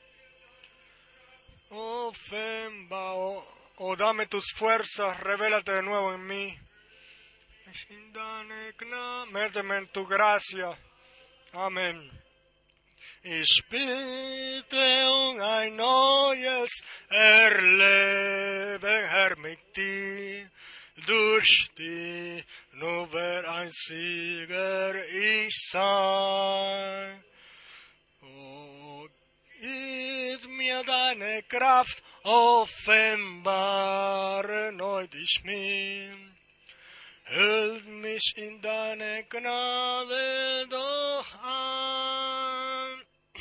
Oh, Femba, oh, dame tus fuerzas, revélate de nuevo en mí. Méteme en tu gracia. Amén. Ich bitte ein neues Erleben, Herr, mit dir. Durch die nur ein Sieger ich sein. Oh, gib mir deine Kraft, offenbare neu dich mir. Hüll mich in deine Gnade doch an.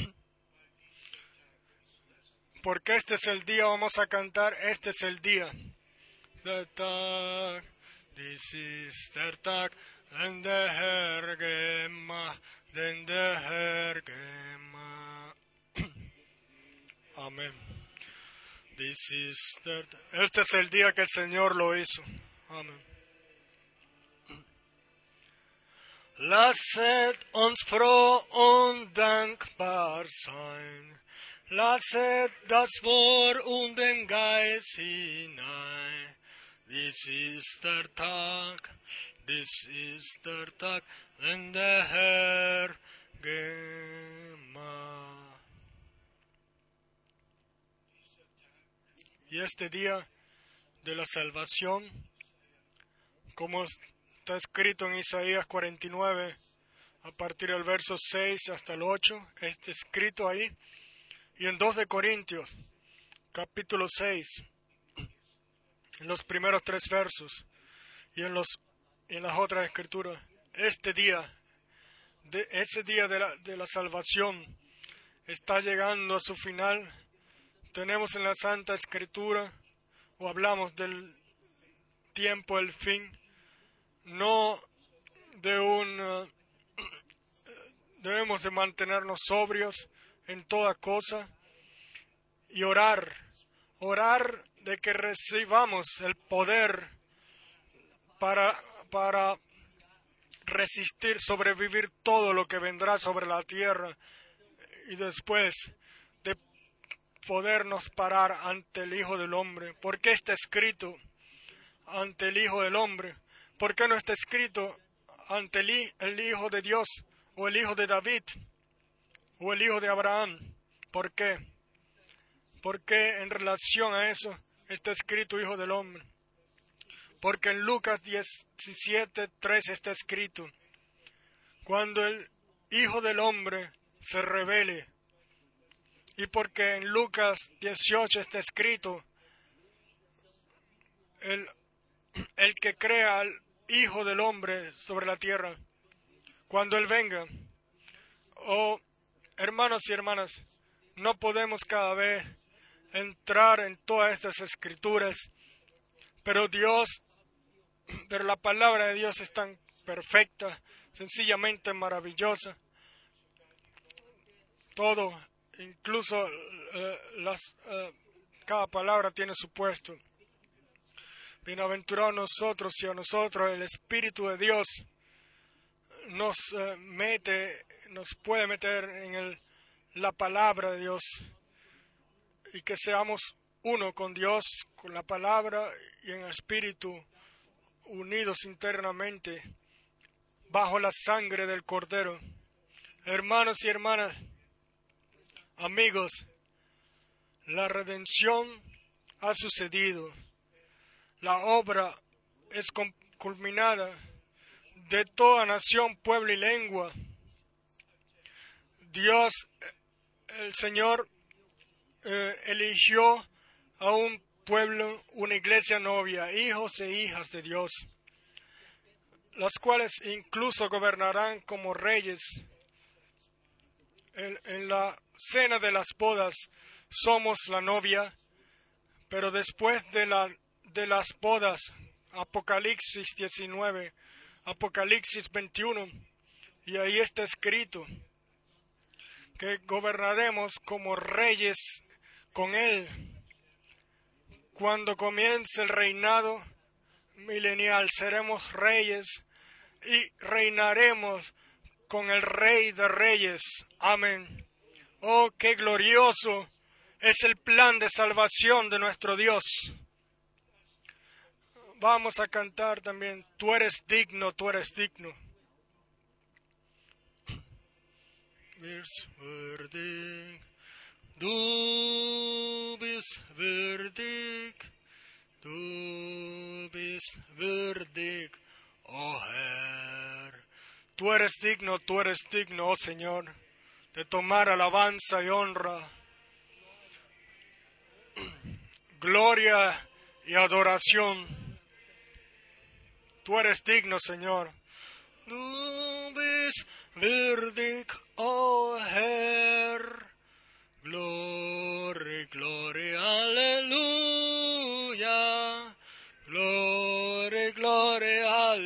Porque este es el día, vamos a cantar, este es el día. Der Tag, dies ist der Tag, den der Herr gemacht, den der Herr gemacht. Amén. Este es el día que el Señor lo hizo. Amén. Lasset uns froh und dankbar sein. Lasset das Wort und den Geist hinein. Dies ist der Tag, wenn der Herr gemacht. Y este día de la salvación, como está escrito en Isaías 49, a partir del verso 6 hasta el 8, está escrito ahí, y en 2 de Corintios, capítulo 6, en los primeros 3 versos, y en las otras escrituras, ese día de la salvación está llegando a su final. Tenemos en la Santa Escritura, o hablamos del tiempo, el fin, no de debemos de mantenernos sobrios en toda cosa y orar de que recibamos el poder para resistir, sobrevivir todo lo que vendrá sobre la tierra y después de podernos parar ante el Hijo del Hombre. ¿Por qué está escrito ante el Hijo del Hombre? ¿Por qué no está escrito ante el Hijo de Dios o el Hijo de David o el Hijo de Abraham? ¿Por qué? Porque en relación a eso está escrito Hijo del Hombre. Porque en Lucas 17:3 está escrito: cuando el Hijo del Hombre se revele. Y porque en Lucas 18 está escrito: el que crea al Hijo del Hombre sobre la tierra, cuando Él venga. Oh, hermanos y hermanas, no podemos cada vez entrar en todas estas escrituras, pero la palabra de Dios es tan perfecta, sencillamente maravillosa. Todo, incluso cada palabra tiene su puesto. Bienaventurados nosotros si a nosotros el Espíritu de Dios nos puede meter en la palabra de Dios y que seamos uno con Dios, con la palabra y en espíritu, unidos internamente bajo la sangre del Cordero. Hermanos y hermanas, amigos, la redención ha sucedido. La obra es culminada de toda nación, pueblo y lengua. Dios, el Señor, eligió a un pueblo, una iglesia novia, hijos e hijas de Dios, las cuales incluso gobernarán como reyes. En la cena de las bodas somos la novia, pero después de las bodas, Apocalipsis 19, Apocalipsis 21, y ahí está escrito que gobernaremos como reyes con Él. Cuando comience el reinado milenial, seremos reyes y reinaremos con el Rey de Reyes. Amén. Oh, qué glorioso es el plan de salvación de nuestro Dios. Vamos a cantar también, tú eres digno, tú eres digno. Du bist würdig, du bist würdig, oh Herr. Tú eres digno, oh Señor, de tomar alabanza y honra, gloria y adoración. Tú eres digno, Señor. Du bist würdig, oh Herr. Glory, glory, aleluya. Glory, glory,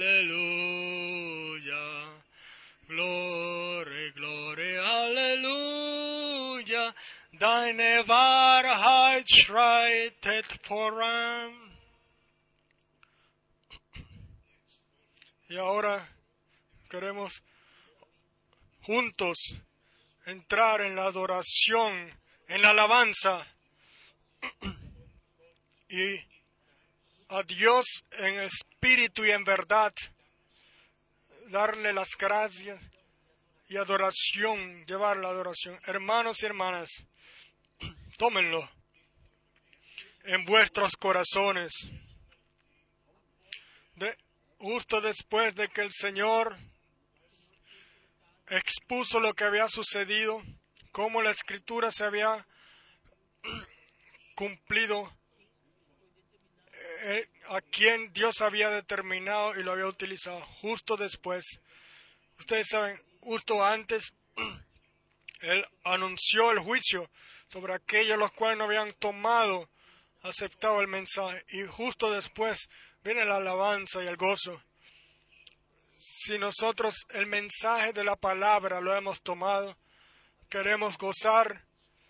aleluya. Glory, glory, aleluya. Deine Wahrheit schreitet voran. Y ahora queremos juntos entrar en la adoración, en la alabanza, y a Dios en espíritu y en verdad, darle las gracias y adoración, llevar la adoración. Hermanos y hermanas, tómenlo en vuestros corazones. Justo después de que el Señor expuso lo que había sucedido, cómo la Escritura se había cumplido, a quien Dios había determinado y lo había utilizado. Justo después, ustedes saben, justo antes, Él anunció el juicio sobre aquellos los cuales no habían aceptado el mensaje, y justo después viene la alabanza y el gozo. Si nosotros el mensaje de la palabra lo hemos tomado, queremos gozar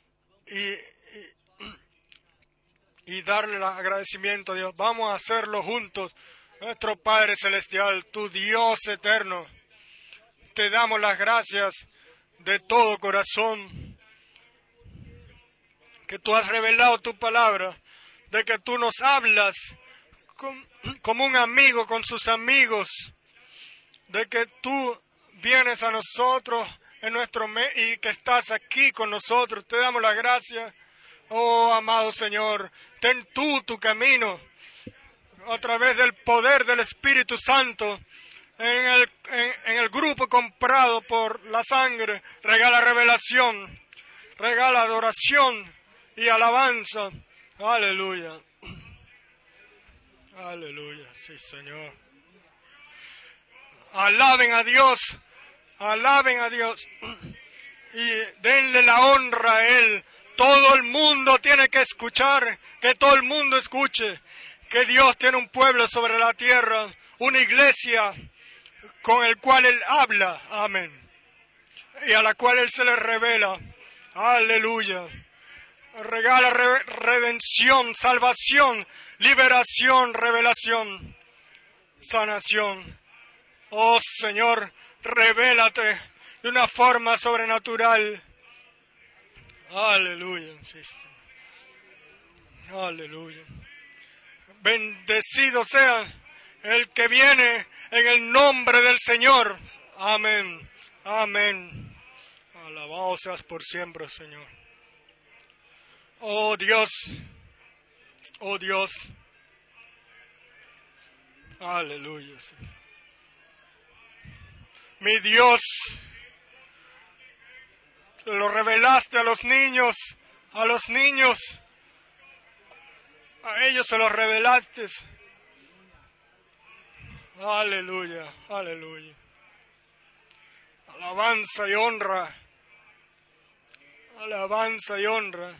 y darle el agradecimiento a Dios. Vamos a hacerlo juntos. Nuestro Padre Celestial, tu Dios eterno, te damos las gracias de todo corazón, que tú has revelado tu palabra, de que tú nos hablas como un amigo con sus amigos, de que tú vienes a nosotros en nuestro y que estás aquí con nosotros. Te damos las gracias. Oh, amado Señor, ten tú tu camino a través del poder del Espíritu Santo en el grupo comprado por la sangre. Regala revelación, regala adoración y alabanza. Aleluya. Aleluya, sí, Señor. Alaben a Dios, y denle la honra a Él. Todo el mundo tiene que escuchar, que todo el mundo escuche, que Dios tiene un pueblo sobre la tierra, una iglesia con el cual Él habla, amén, y a la cual Él se le revela, aleluya. Regala redención, salvación, liberación, revelación, sanación. Oh Señor, revélate de una forma sobrenatural. Aleluya. Sí, sí. Aleluya. Bendecido sea el que viene en el nombre del Señor. Amén. Amén. Alabado seas por siempre, Señor. Oh Dios. Oh Dios. Aleluya. Mi Dios, lo revelaste a los niños, a ellos se los revelaste. Aleluya, aleluya. Alabanza y honra, alabanza y honra.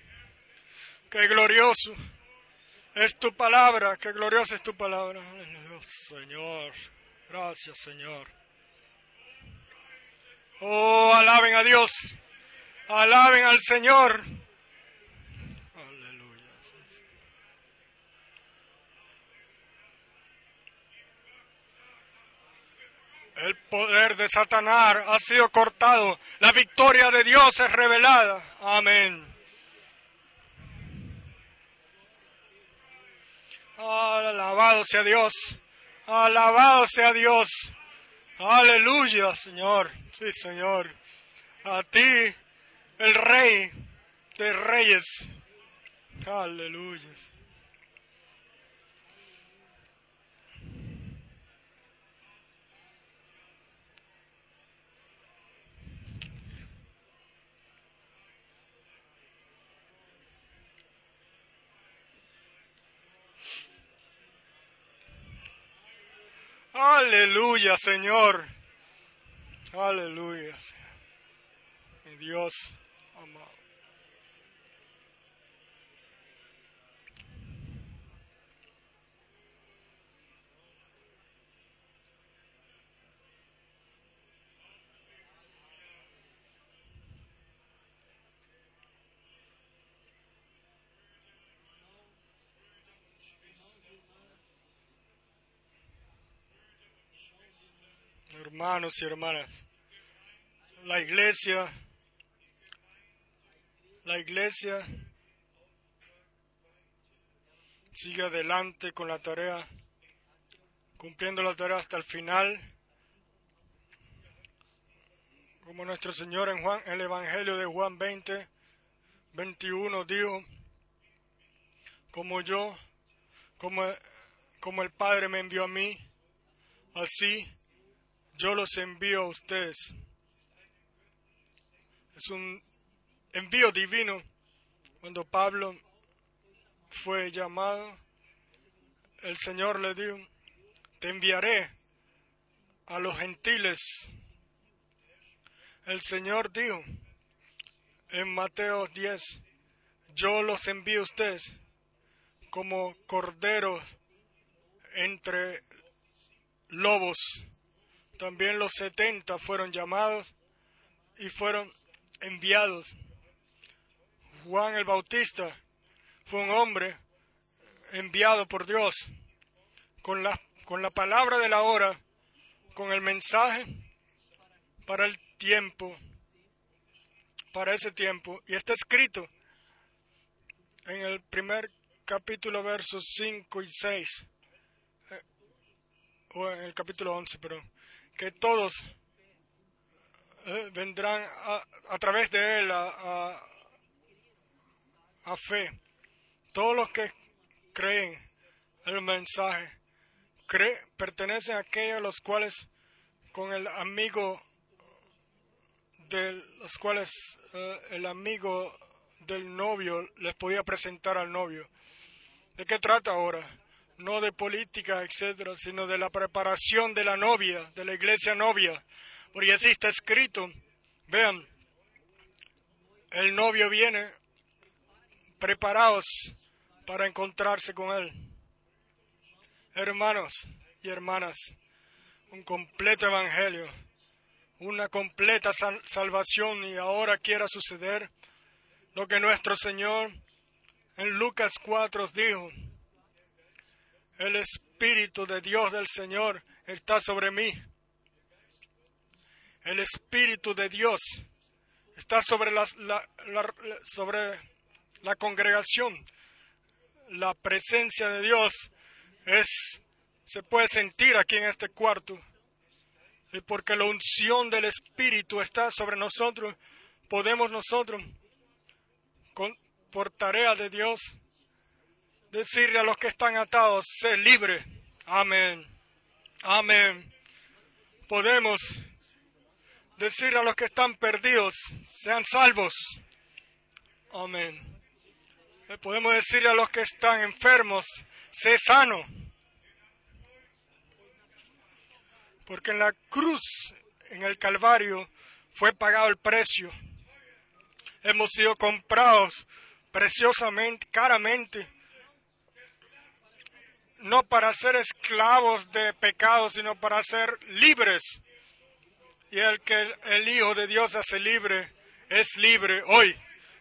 Qué glorioso es tu palabra, qué gloriosa es tu palabra. Aleluya. Oh, Señor. Gracias, Señor. Oh, alaben a Dios. Alaben al Señor. Aleluya. El poder de Satanás ha sido cortado. La victoria de Dios es revelada. Amén. Alabado sea Dios. Alabado sea Dios. Aleluya, Señor. Sí, Señor. A ti, el Rey de Reyes. Aleluya. Aleluya, Señor. Aleluya. Mi Dios amado. Hermanos y hermanas, la iglesia sigue adelante con la tarea, cumpliendo la tarea hasta el final, como nuestro Señor en el Evangelio de Juan 20:21 dijo, como el Padre me envió a mí, así yo los envío a ustedes. Es un envío divino. Cuando Pablo fue llamado, el Señor le dijo, te enviaré a los gentiles. El Señor dijo en Mateo 10, yo los envío a ustedes como corderos entre lobos. También los 70 fueron llamados y fueron enviados. Juan el Bautista fue un hombre enviado por Dios con la palabra de la hora, con el mensaje para el tiempo, para ese tiempo. Y está escrito en el primer capítulo, versos 5 y 6, o en el capítulo 11, perdón, que todos vendrán a través de él a fe. Todos los que creen el mensaje pertenecen a aquellos los cuales con el amigo el amigo del novio les podía presentar al novio. ¿De qué trata ahora? No de política, etcétera, sino de la preparación de la novia, de la iglesia novia. Porque así está escrito. Vean, el novio viene preparados para encontrarse con él. Hermanos y hermanas, un completo evangelio, una completa salvación, y ahora quiera suceder lo que nuestro Señor en Lucas 4 dijo. El Espíritu de Dios del Señor está sobre mí. El Espíritu de Dios está sobre la congregación. La presencia de Dios se puede sentir aquí en este cuarto. Y porque la unción del Espíritu está sobre nosotros, podemos nosotros, por tarea de Dios, decirle a los que están atados, sé libre. Amén. Amén. Podemos decirle a los que están perdidos, sean salvos. Amén. Podemos decirle a los que están enfermos, sé sano. Porque en la cruz, en el Calvario, fue pagado el precio. Hemos sido comprados preciosamente, caramente, no para ser esclavos de pecado, sino para ser libres. Y el que el Hijo de Dios hace libre, es libre hoy,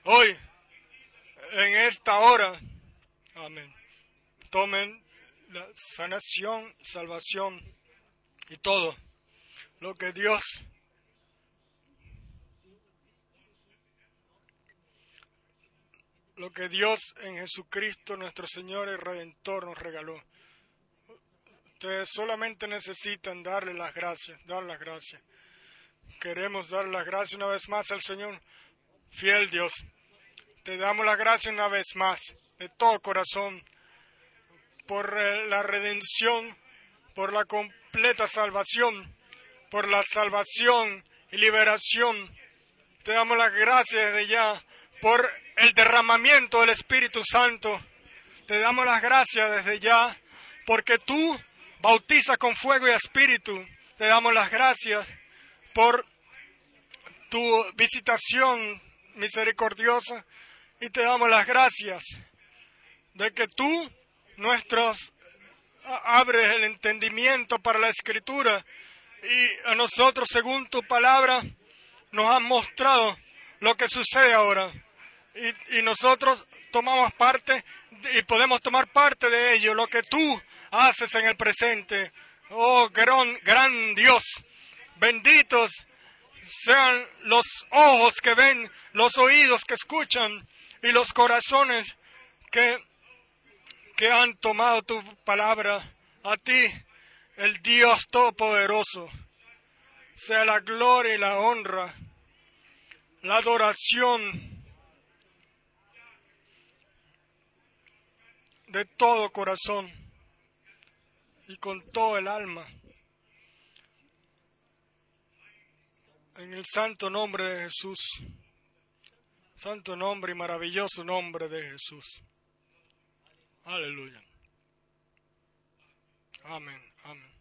en esta hora. Amén. Tomen la sanación, salvación y todo lo que Dios en Jesucristo nuestro Señor y Redentor nos regaló. Ustedes solamente necesitan darle las gracias, dar las gracias. Queremos dar las gracias una vez más al Señor. Fiel Dios, te damos las gracias una vez más, de todo corazón, por la redención, por la completa salvación, por la salvación y liberación. Te damos las gracias desde ya por el derramamiento del Espíritu Santo. Te damos las gracias desde ya porque tú bautizas con fuego y espíritu. Te damos las gracias por tu visitación misericordiosa y te damos las gracias de que tú abres el entendimiento para la Escritura y a nosotros, según tu palabra, nos has mostrado lo que sucede ahora y nosotros tomamos parte y podemos tomar parte de ello, lo que tú haces en el presente. Oh, gran Dios, benditos sean los ojos que ven, los oídos que escuchan y los corazones que han tomado tu palabra. A ti, el Dios Todopoderoso, sea la gloria y la honra, la adoración de todo corazón y con todo el alma. En el santo nombre de Jesús, santo nombre y maravilloso nombre de Jesús. Aleluya. Amén, amén.